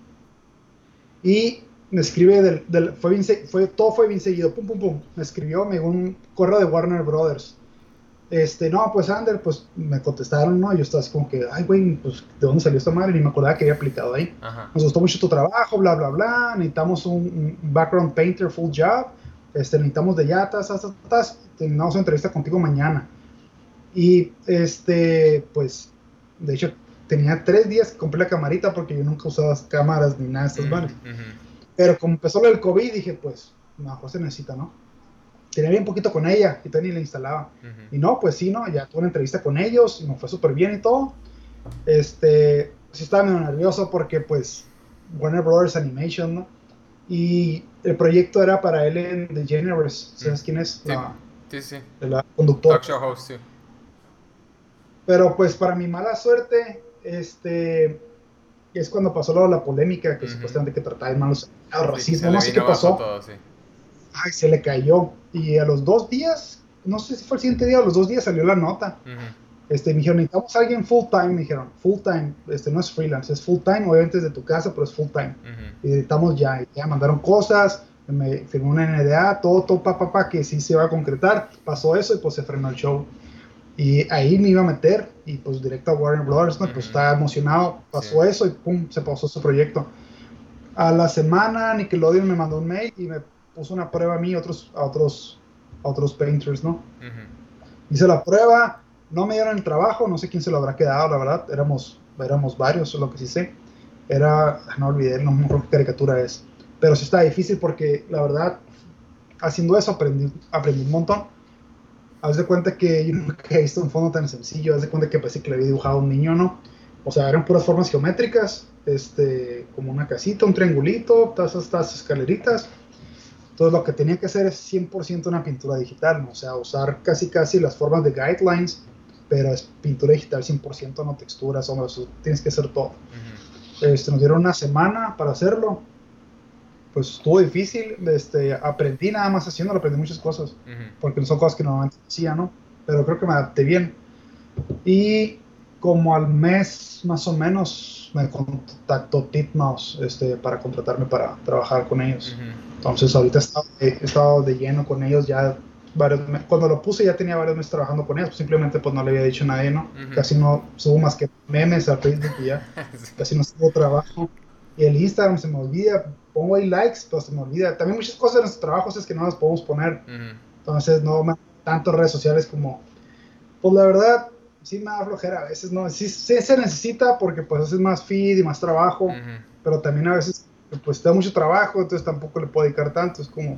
Y me escribe, del, del, fue bien, fue, todo fue bien seguido, pum, pum, pum, me escribió, me llegó un correo de Warner Brothers. Este, no, pues, Ander, pues, me contestaron, ¿no? Yo estaba así como que, ay, güey, pues, ¿de dónde salió esta madre? Ni me acordaba que había aplicado ahí. Uh-huh. Nos gustó mucho tu trabajo, bla, bla, bla, necesitamos un, un background painter full job, este, necesitamos de yatas, tas, tas, tenemos una entrevista contigo mañana. Y este, pues, de hecho, tenía tres días que compré la camarita porque yo nunca usaba cámaras ni nada de estas manos. Uh-huh. Pero como empezó lo del COVID, dije, pues, mejor se necesita, ¿no? Tenía bien poquito con ella y todavía ni la instalaba. Uh-huh. Y no, pues sí, ¿no? Ya tuve una entrevista con ellos y me fue súper bien y todo. Este, sí estaba medio nervioso porque, pues, Warner Brothers Animation, ¿no? Y el proyecto era para Ellen DeGeneres, ¿sabes uh-huh. quién es? Sí, la, sí, sí. La conductora. Talk show host, sí. Pero pues para mi mala suerte, este, es cuando pasó lo de la polémica, que Ujú. supuestamente que trataba de malos el Sí, que se racismo, le no sé qué vino abajo pasó. todo, sí. Ay, se le cayó. Y a los dos días, no sé si fue el siguiente día o los dos días salió la nota. Ujú. Este, me dijeron, necesitamos a alguien full time, me dijeron, full time, este, no es freelance, es full time, obviamente es de tu casa, pero es full time. Ujú. Y necesitamos ya, y ya mandaron cosas, me firmó una N D A, todo, todo, papá, pa, pa, que sí se va a concretar. Pasó eso y pues se frenó el show. Y ahí me iba a meter y pues directo a Warner Brothers, ¿no? Pues Ujú. estaba emocionado, Sí. pasó eso y pum, se pasó su proyecto. A la semana Nickelodeon me mandó un mail y me puso una prueba a mí, otros, a otros, a otros painters, ¿no? Ujú. Hice la prueba, no me dieron el trabajo, no sé quién se lo habrá quedado, la verdad, éramos, éramos varios, lo que sí sé. Era, no olvidé, no me acuerdo qué caricatura es, pero sí está difícil porque la verdad, haciendo eso aprendí, aprendí un montón. Haz de cuenta que yo nunca he visto un fondo tan sencillo, haz de cuenta que parece que le había dibujado a un niño, ¿no? O sea, eran puras formas geométricas, este, como una casita, un triangulito, todas estas escaleritas. Entonces lo que tenía que hacer es cien por ciento una pintura digital, ¿no? O sea, usar casi casi las formas de guidelines, pero es pintura digital cien por ciento, no texturas, o no, eso tienes que hacer todo. Ujú. Este, nos dieron una semana para hacerlo, pues estuvo difícil, este, aprendí nada más haciéndolo, aprendí muchas cosas, Ujú. porque no son cosas que normalmente hacía, ¿no? Pero creo que me adapté bien. Y como al mes más o menos me contactó Titmouse este, para contratarme para trabajar con ellos. Ujú. Entonces ahorita he estado, de, he estado de lleno con ellos ya varios meses. Cuando lo puse ya tenía varios meses trabajando con ellos, pues simplemente pues no le había dicho a nadie, ¿no? Ujú. Casi no subo más que memes a Facebook y ya, Sí. casi no subo trabajo. Y el Instagram se me olvida, pongo ahí likes, pero se me olvida. También muchas cosas de nuestros trabajos es que no las podemos poner. Ujú. Entonces no me tanto redes sociales como pues la verdad, sí me da flojera a veces, ¿no? Sí, sí se necesita porque pues haces más feed y más trabajo, Ujú. pero también a veces pues te da mucho trabajo, entonces tampoco le puedo dedicar tanto, es como...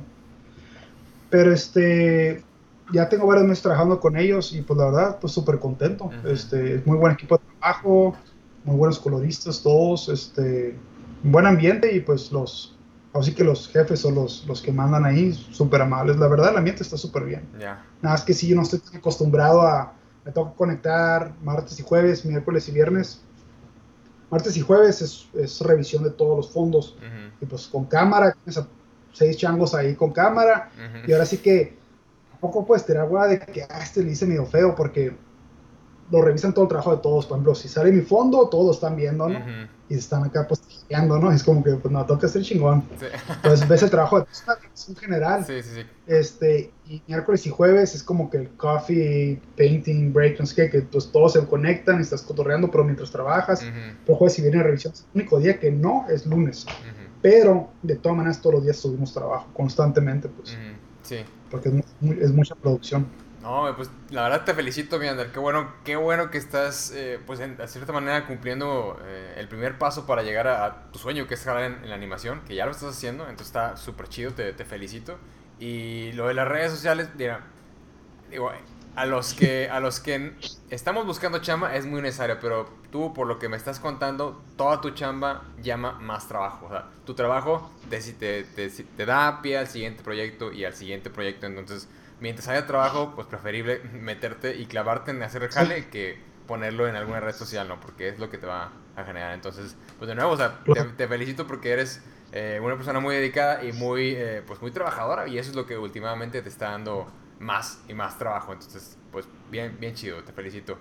Pero este, ya tengo varios meses trabajando con ellos y pues la verdad, pues súper contento. Ujú. Este, es muy buen equipo de trabajo, muy buenos coloristas todos, este, un buen ambiente y pues los... Así que los jefes o los, los que mandan ahí, súper amables. La verdad, el ambiente está súper bien. Ya. Nada más que sí, yo no estoy tan acostumbrado a... Me toca conectar martes y jueves, miércoles y viernes. Martes y jueves es, es revisión de todos los fondos. Ujú. Y pues con cámara, tienes a seis changos ahí con cámara. Ujú. Y ahora sí que tampoco puedes tirar agua de que ah, este le hice medio feo porque lo revisan todo el trabajo de todos. Por ejemplo, si sale mi fondo, todos lo están viendo, ¿no? Ujú. Y están acá pues chequeando, ¿no? Es como que pues no, toca ser chingón. Sí. Entonces ves el trabajo de todos, en general. Sí, sí, sí. Este, y miércoles y jueves es como que el coffee, painting, break, no sé qué, que pues todos se conectan y estás cotorreando, pero mientras trabajas. Ujú. Pero jueves si viene revisión, es el único día que no es lunes. Ujú. Pero de todas maneras todos los días subimos trabajo, constantemente, pues, Ujú. Sí. porque es, muy, es mucha producción. No, pues la verdad te felicito, mi Ander. Qué bueno, qué bueno que estás, eh, pues en, de cierta manera cumpliendo eh, el primer paso para llegar a, a tu sueño, que es jalar en, en la animación, que ya lo estás haciendo, entonces está súper chido, te, te felicito. Y lo de las redes sociales, mira, digo, a los que, a los que estamos buscando chamba es muy necesario, pero tú, por lo que me estás contando, toda tu chamba llama más trabajo. O sea, tu trabajo te, te, te, te da pie al siguiente proyecto y al siguiente proyecto. Entonces, mientras haya trabajo, pues preferible meterte y clavarte en hacer el Sí, jale que ponerlo en alguna red social, ¿no? Porque es lo que te va a generar. Entonces, pues de nuevo, o sea, te, claro. te felicito porque eres eh, una persona muy dedicada y muy, eh, pues muy trabajadora y eso es lo que últimamente te está dando más y más trabajo. Entonces, pues bien, bien chido, te felicito.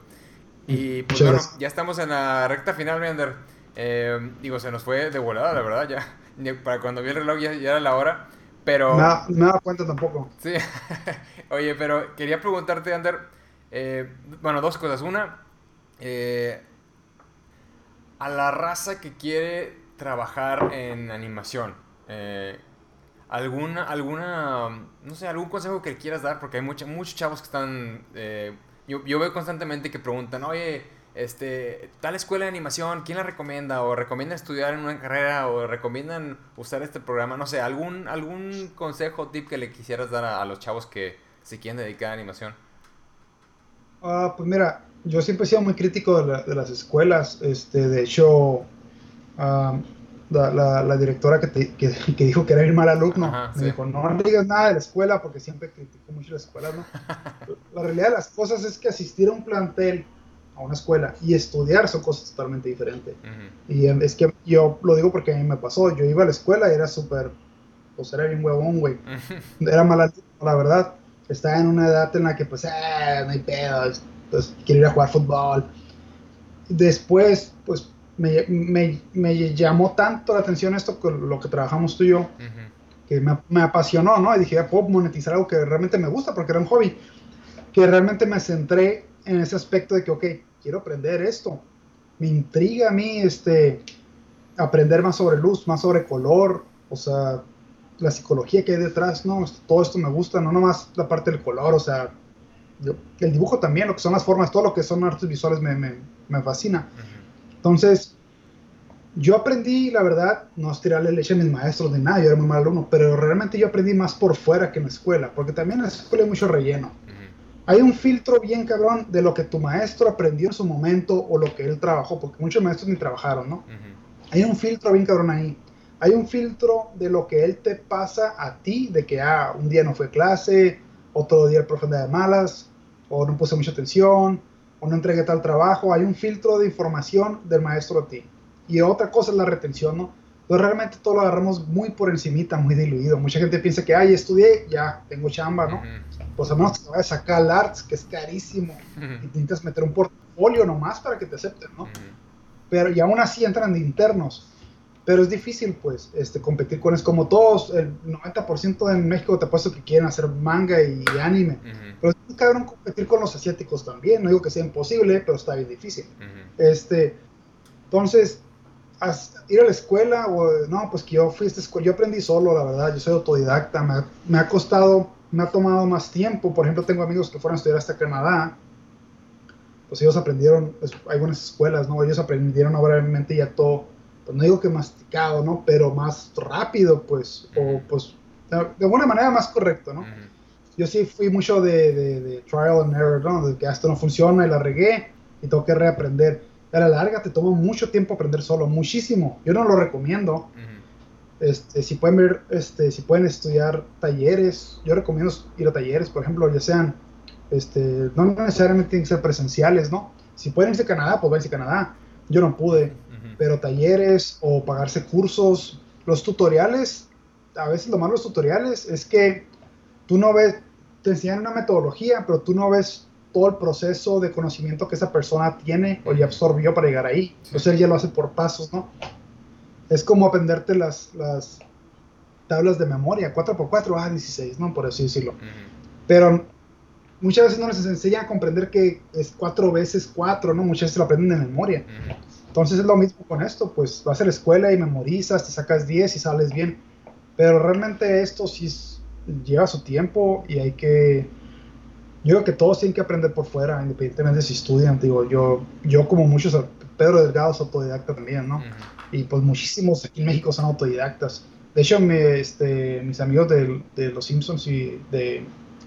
Y pues Muchas bueno, gracias. ya estamos en la recta final, Leander. Eh, digo, se nos fue de volada, la verdad, ya. Para cuando vi el reloj ya, ya era la hora. No me, Pero, da, no me da cuenta tampoco. sí. Oye, pero quería preguntarte, Ander, eh, bueno, dos cosas. Una, eh, a la raza que quiere trabajar en animación, eh, ¿alguna, alguna, no sé, algún consejo que quieras dar? Porque hay mucha- muchos chavos que están, eh, yo, yo veo constantemente que preguntan, oye, este, tal escuela de animación, ¿quién la recomienda? O recomiendan estudiar en una carrera, o recomiendan usar este programa, no sé, algún, algún consejo, tip que le quisieras dar a, a los chavos que se quieren dedicar a animación. Uh, pues mira, yo siempre he sido muy crítico de, la, de las escuelas. Este, de hecho, um, la, la, la, directora que, te, que, que, dijo que era el mal alumno Ajá, me sí. dijo, no, no digas nada de la escuela porque siempre critico mucho la escuela, ¿no? La realidad de las cosas es que asistir a un plantel a una escuela y estudiar son cosas totalmente diferentes. Uh-huh. Y um, es que yo lo digo porque a mí me pasó. Yo iba a la escuela y era súper, pues era bien huevón, güey. Uh-huh. Era mala, la verdad. Estaba en una edad en la que, pues, eh, no hay pedos, pues, quiero ir a jugar fútbol. Después, pues, me, me, me llamó tanto la atención esto con lo que trabajamos tú y yo, uh-huh. que me, me apasionó, ¿no? Y dije, ya puedo monetizar algo que realmente me gusta porque era un hobby. Que realmente me centré en ese aspecto de que, ok, quiero aprender esto. Me intriga a mí este, aprender más sobre luz, más sobre color, o sea, la psicología que hay detrás, ¿no? Todo esto me gusta, no nomás la parte del color, o sea, yo, el dibujo también, lo que son las formas, todo lo que son artes visuales me, me, me fascina. Uh-huh. Entonces, yo aprendí, la verdad, no es tirarle leche a mis maestros ni nada, yo era muy mal alumno, pero realmente yo aprendí más por fuera que en la escuela, porque también en la escuela hay mucho relleno. Hay un filtro bien cabrón de lo que tu maestro aprendió en su momento o lo que él trabajó, porque muchos maestros ni trabajaron, ¿no? Uh-huh. Hay un filtro bien cabrón ahí. Hay un filtro de lo que él te pasa a ti, de que ah, un día no fue clase, otro día el profe anda de malas, o no puse mucha atención, o no entregué tal trabajo. Hay un filtro de información del maestro a ti. Y otra cosa es la retención, ¿no? Entonces realmente todo lo agarramos muy por encimita, muy diluido. Mucha gente piensa que, ay, estudié, ya, tengo chamba, ¿no? Uh-huh. Pues a menos que te vayas a sacar el arts, que es carísimo, uh-huh. y necesitas meter un portfolio nomás para que te acepten, ¿no? Uh-huh. Pero, y aún así entran de internos. Pero es difícil, pues, este, competir con es como todos, el noventa por ciento en México te apuesto que quieren hacer manga y anime. Uh-huh. Pero es cabrón competir con los asiáticos también. No digo que sea imposible, pero está bien difícil. Uh-huh. Este, entonces, ir a la escuela, o, no, pues que yo fui a esta escuela, yo aprendí solo, la verdad, yo soy autodidacta, me, me ha costado, me ha tomado más tiempo. Por ejemplo, tengo amigos que fueron a estudiar hasta Canadá, pues ellos aprendieron, pues, hay buenas escuelas, ¿no? Ellos aprendieron obviamente ya todo, pues no digo que masticado, ¿no? Pero más rápido, pues, o pues, de, de alguna manera más correcto, ¿no? Uh-huh. Yo sí fui mucho de, de, de trial and error, ¿no? De que esto no funciona y la regué y tengo que reaprender. A la larga te toma mucho tiempo aprender solo, muchísimo. Yo no lo recomiendo. Uh-huh. Este, si pueden ver, este, si pueden estudiar talleres, yo recomiendo ir a talleres, por ejemplo, ya sean, este, no necesariamente tienen que ser presenciales, ¿no? Si pueden irse a Canadá, pues váyanse a Canadá. Yo no pude, uh-huh. pero talleres o pagarse cursos, los tutoriales, a veces lo malo de los tutoriales es que tú no ves, te enseñan una metodología, pero tú no ves todo el proceso de conocimiento que esa persona tiene o ya absorbió para llegar ahí. Entonces él ya lo hace por pasos, ¿no? Es como aprenderte las, las tablas de memoria, cuatro por cuatro, ah, dieciséis, ¿no? Por así decirlo. Uh-huh. Pero muchas veces no les enseña a comprender que es cuatro veces cuatro, ¿no? Muchas veces lo aprenden de memoria. Uh-huh. Entonces es lo mismo con esto, pues vas a la escuela y memorizas, te sacas diez y sales bien. Pero realmente esto sí es, lleva su tiempo y hay que... Yo creo que todos tienen que aprender por fuera, independientemente si estudian. Digo, yo, yo como muchos, Pedro Delgado es autodidacta también, ¿no? Uh-huh. Y pues muchísimos aquí en México son autodidactas. De hecho, me, este, mis amigos de, de Los Simpsons y de,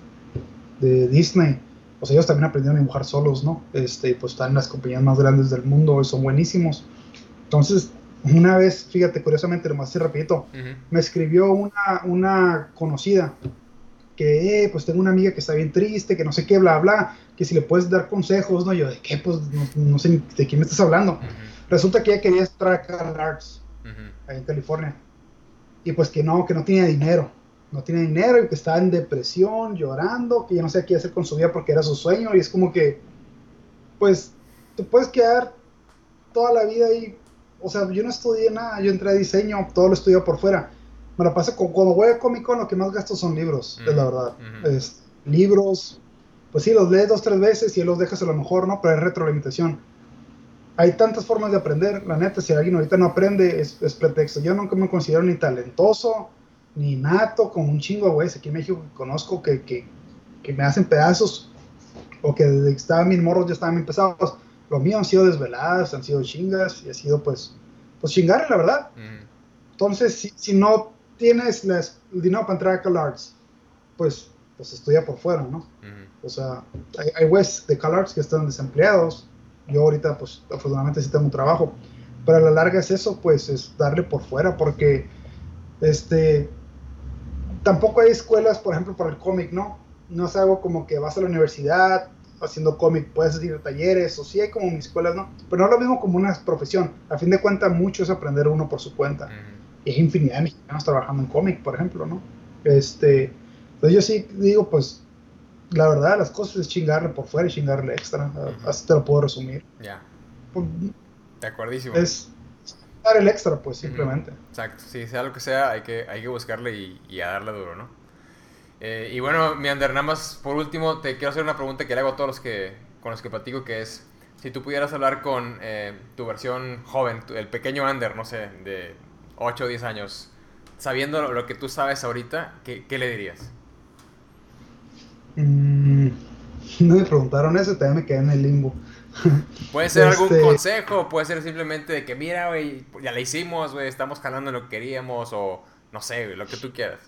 de Disney, pues ellos también aprendieron a dibujar solos, ¿no? Este, pues están en las compañías más grandes del mundo y son buenísimos. Entonces, una vez, fíjate, curiosamente, lo más así rapidito, uh-huh. me escribió una, una conocida que, eh, pues tengo una amiga que está bien triste, que no sé qué, bla, bla, que si le puedes dar consejos, ¿no? Yo, ¿de qué? Pues no, no sé de quién me estás hablando. Uh-huh. Resulta que ella quería entrar a CalArts, uh-huh. ahí en California, y pues que no, que no tenía dinero, no tenía dinero, y que estaba en depresión, llorando, que ya no sabía qué hacer con su vida porque era su sueño, y es como que, pues, te puedes quedar toda la vida ahí. O sea, yo no estudié nada, yo entré a diseño, todo lo estudié por fuera. Me la paso con, cuando voy a Comic Con, lo que más gasto son libros, mm, es la verdad. Mm-hmm. Es, libros, pues sí, los lees dos, tres veces y los dejas a lo mejor, ¿no? Pero es retroalimentación. Hay tantas formas de aprender, la neta, si alguien ahorita no aprende, es, es pretexto. Yo nunca me considero ni talentoso, ni nato, con un chingo de güeyes aquí en México que conozco que, que, que me hacen pedazos, o que desde que estaban mis morros ya estaban bien pesados. Lo mío han sido desveladas, han sido chingas, y ha sido pues, pues chingar, la verdad. Mm. Entonces, si, si no tienes las, el dinero para entrar a CalArts, pues, pues estudia por fuera, ¿no? Mm. O sea, hay, hay güeyes de CalArts que están desempleados. Yo ahorita, pues, afortunadamente sí tengo un trabajo. Pero a la larga es eso, pues, es darle por fuera, porque, este, tampoco hay escuelas, por ejemplo, para el cómic, ¿no? No es algo como que vas a la universidad haciendo cómic, puedes ir a talleres, o sí hay como mis escuelas, ¿no? Pero no es lo mismo como una profesión. A fin de cuentas, mucho es aprender uno por su cuenta. Uh-huh. Y hay infinidad de mexicanos trabajando en cómic, por ejemplo, ¿no? Este, entonces yo sí digo, pues, la verdad, las cosas es chingarle por fuera y chingarle extra. Uh-huh. Así te lo puedo resumir. Ya. Yeah. Pues, de acuerdísimo. Es dar el extra, pues, simplemente. Uh-huh. Exacto. Sí, sea lo que sea, hay que, hay que buscarle y, y a darle duro, ¿no? Eh, y bueno, mi Ander, nada más por último, te quiero hacer una pregunta que le hago a todos los que, con los que platico, que es, si tú pudieras hablar con eh, tu versión joven, tu, el pequeño Ander, no sé, de ocho o diez años, sabiendo lo, lo que tú sabes ahorita, ¿qué, qué le dirías? Mm, no me preguntaron eso, también me quedé en el limbo. Puede ser este... algún consejo, puede ser simplemente de que, mira, güey, ya la hicimos, güey, estamos jalando lo que queríamos, o no sé, güey, lo que tú quieras.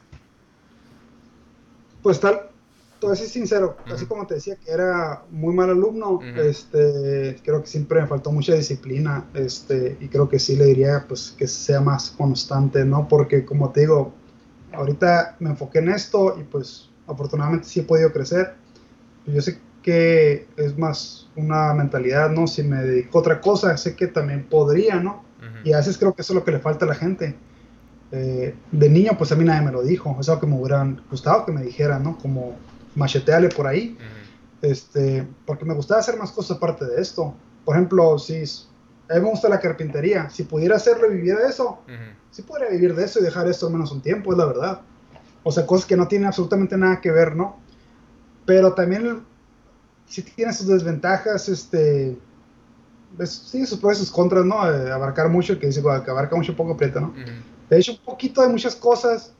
Pues tal, te voy a ser sincero, uh-huh. así como te decía que era muy mal alumno, uh-huh. este, creo que siempre me faltó mucha disciplina, este, y creo que sí le diría pues que sea más constante, ¿no? Porque como te digo, ahorita me enfoqué en esto y pues afortunadamente sí he podido crecer. Yo sé que es más una mentalidad, ¿no? Si me dedico a otra cosa, sé que también podría, ¿no? Uh-huh. Y a veces creo que eso es lo que le falta a la gente. Eh, de niño pues a mí nadie me lo dijo, es algo que me hubieran gustado que me dijeran, ¿no? Como macheteale por ahí, uh-huh. este, porque me gustaba hacer más cosas aparte de esto. Por ejemplo, si a mí me gusta la carpintería, si pudiera hacerlo y vivir de eso, uh-huh. sí podría vivir de eso y dejar esto al menos un tiempo, es la verdad. O sea, cosas que no tienen absolutamente nada que ver, ¿no? Pero también sí tiene sus desventajas, este, es, sí, sus pros y sus contras, ¿no? Eh, abarcar mucho, que dice que abarca mucho poco aprieta, ¿no? Uh-huh. He hecho un poquito de muchas cosas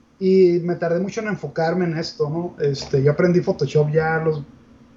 y me tardé mucho en enfocarme en esto, ¿no? Este, yo aprendí Photoshop ya a los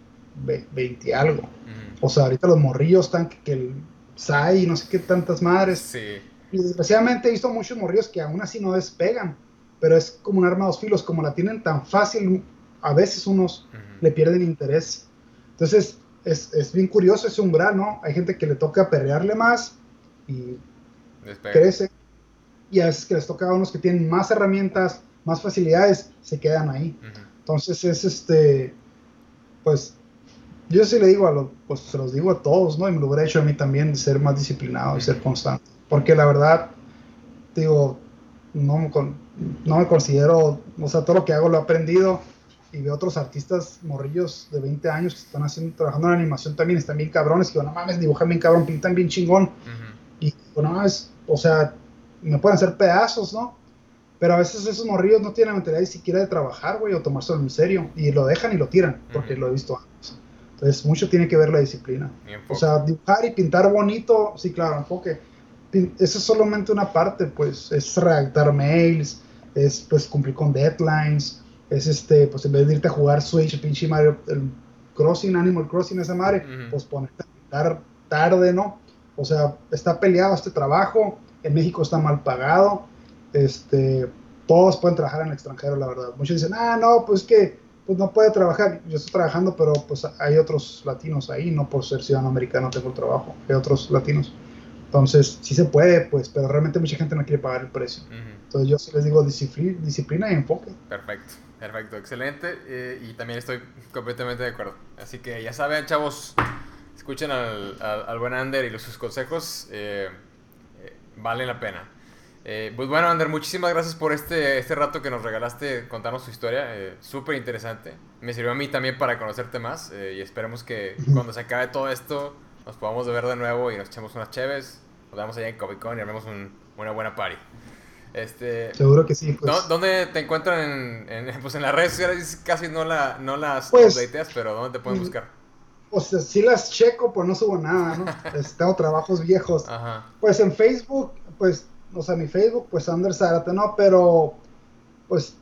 veinte algo. Uh-huh. O sea, ahorita los morrillos están que, que el S A I y no sé qué tantas madres. Sí. Y desgraciadamente he visto muchos morrillos que aún así no despegan, pero es como un arma de dos filos, como la tienen tan fácil, a veces unos uh-huh. le pierden interés. Entonces, es, es bien curioso ese umbral, ¿no? Hay gente que le toca perrearle más y Despega. crece. Y a veces que les toca a unos que tienen más herramientas, más facilidades, se quedan ahí. Uh-huh. Entonces es este, pues, yo sí le digo a los, pues se los digo a todos, ¿no? Y me lo hubiera hecho a mí también de ser más disciplinado, uh-huh. y ser constante. Porque la verdad, digo, no me, no me considero, o sea, todo lo que hago lo he aprendido y veo otros artistas morrillos de veinte años que están haciendo, trabajando en animación también, están bien cabrones, que no mames, dibujan bien cabrón, pintan bien chingón. Uh-huh. Y bueno, es, o sea, me pueden hacer pedazos, ¿no? Pero a veces esos morrillos no tienen la mentalidad ni siquiera de trabajar, güey, o tomárselo en serio. Y lo dejan y lo tiran, porque uh-huh. lo he visto antes. Entonces, mucho tiene que ver la disciplina. O sea, dibujar y pintar bonito, sí, claro, enfoque. Eso es solamente una parte, pues, es redactar mails, es, pues, cumplir con deadlines, es, este, pues, en vez de irte a jugar Switch, pinche Mario, el Crossing, Animal Crossing, esa madre, uh-huh. pues, ponerte a pintar tarde, ¿no? O sea, está peleado este trabajo. En México está mal pagado, este, todos pueden trabajar en el extranjero, la verdad. Muchos dicen, ah, no, pues que pues no puede trabajar. Yo estoy trabajando, pero pues hay otros latinos ahí, no por ser ciudadano americano tengo el trabajo, hay otros latinos. Entonces, sí se puede, pues, pero realmente mucha gente no quiere pagar el precio. Uh-huh. Entonces yo sí les digo disciplina, disciplina y enfoque. Perfecto, perfecto, excelente. Eh, y también estoy completamente de acuerdo. Así que ya saben, chavos, escuchen al, al, al buen Ander y sus consejos. Eh, Vale la pena. Eh, pues bueno, Ander, muchísimas gracias por este, este rato que nos regalaste contarnos tu historia. Eh, Súper interesante. Me sirvió a mí también para conocerte más. Eh, y esperemos que cuando se acabe todo esto nos podamos ver de nuevo y nos echemos unas cheves. Nos vemos allá en Comic Con y armemos un, una buena party. Este, Seguro que sí. Pues. ¿Dónde te encuentran? En, en, pues en las redes sociales casi no, la, no las pues, updateas, pero ¿dónde te pueden buscar? O sea, sí las checo, pero no subo nada, ¿no? Pues, tengo trabajos viejos. Ajá. Pues en Facebook, pues, o sea, mi Facebook, pues Ander Zárate, ¿no? Pero, pues,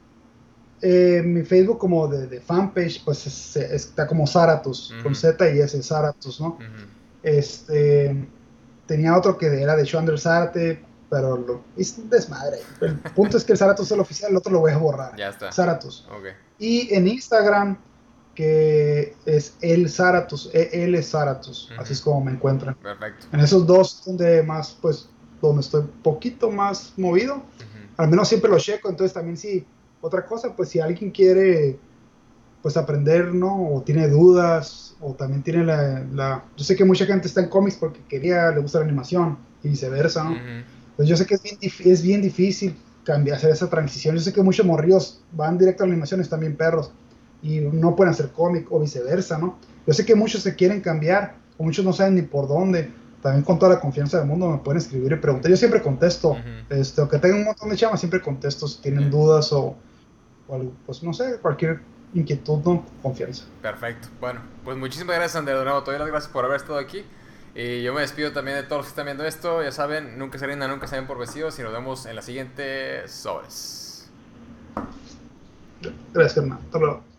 eh, mi Facebook como de, de fanpage, pues es, es, está como Zaratus, uh-huh. con Z y S, Zaratus, ¿no? Uh-huh. Este, tenía otro que era de hecho Ander Zárate, pero lo, es un desmadre. El punto es que el Zaratus es el oficial, el otro lo voy a borrar. Ya está. Zaratus. Okay. Y en Instagram, que es el Zaratus, el Zaratus, uh-huh. así es como me encuentran. Perfecto. En esos dos donde más, pues, donde estoy un poquito más movido, uh-huh. al menos siempre lo checo, entonces también si, otra cosa, pues si alguien quiere, pues aprender, ¿no? O tiene dudas, o también tiene la, la... Yo sé que mucha gente está en cómics porque quería, le gusta la animación, y viceversa, ¿no? Ujú. Pues yo sé que es bien, dif- es bien difícil cambiar, hacer esa transición. Yo sé que muchos morrillos van directo a la animación, están bien perros, y no pueden hacer cómic, o viceversa, ¿no? Yo sé que muchos se quieren cambiar, o muchos no saben ni por dónde. También con toda la confianza del mundo me pueden escribir y preguntar. Yo siempre contesto, Ujú. este, aunque tenga un montón de llamas, siempre contesto si tienen Yeah. dudas o, o algo, pues no sé, cualquier inquietud, ¿no? Confianza. Perfecto. Bueno, pues muchísimas gracias, Ander. De nuevo, te doy las gracias por haber estado aquí. Y yo me despido también de todos los que están viendo esto. Ya saben, nunca se rindan, nunca se den por vencidos. Y nos vemos en la siguiente Sobres. Gracias, hermano. Hasta luego.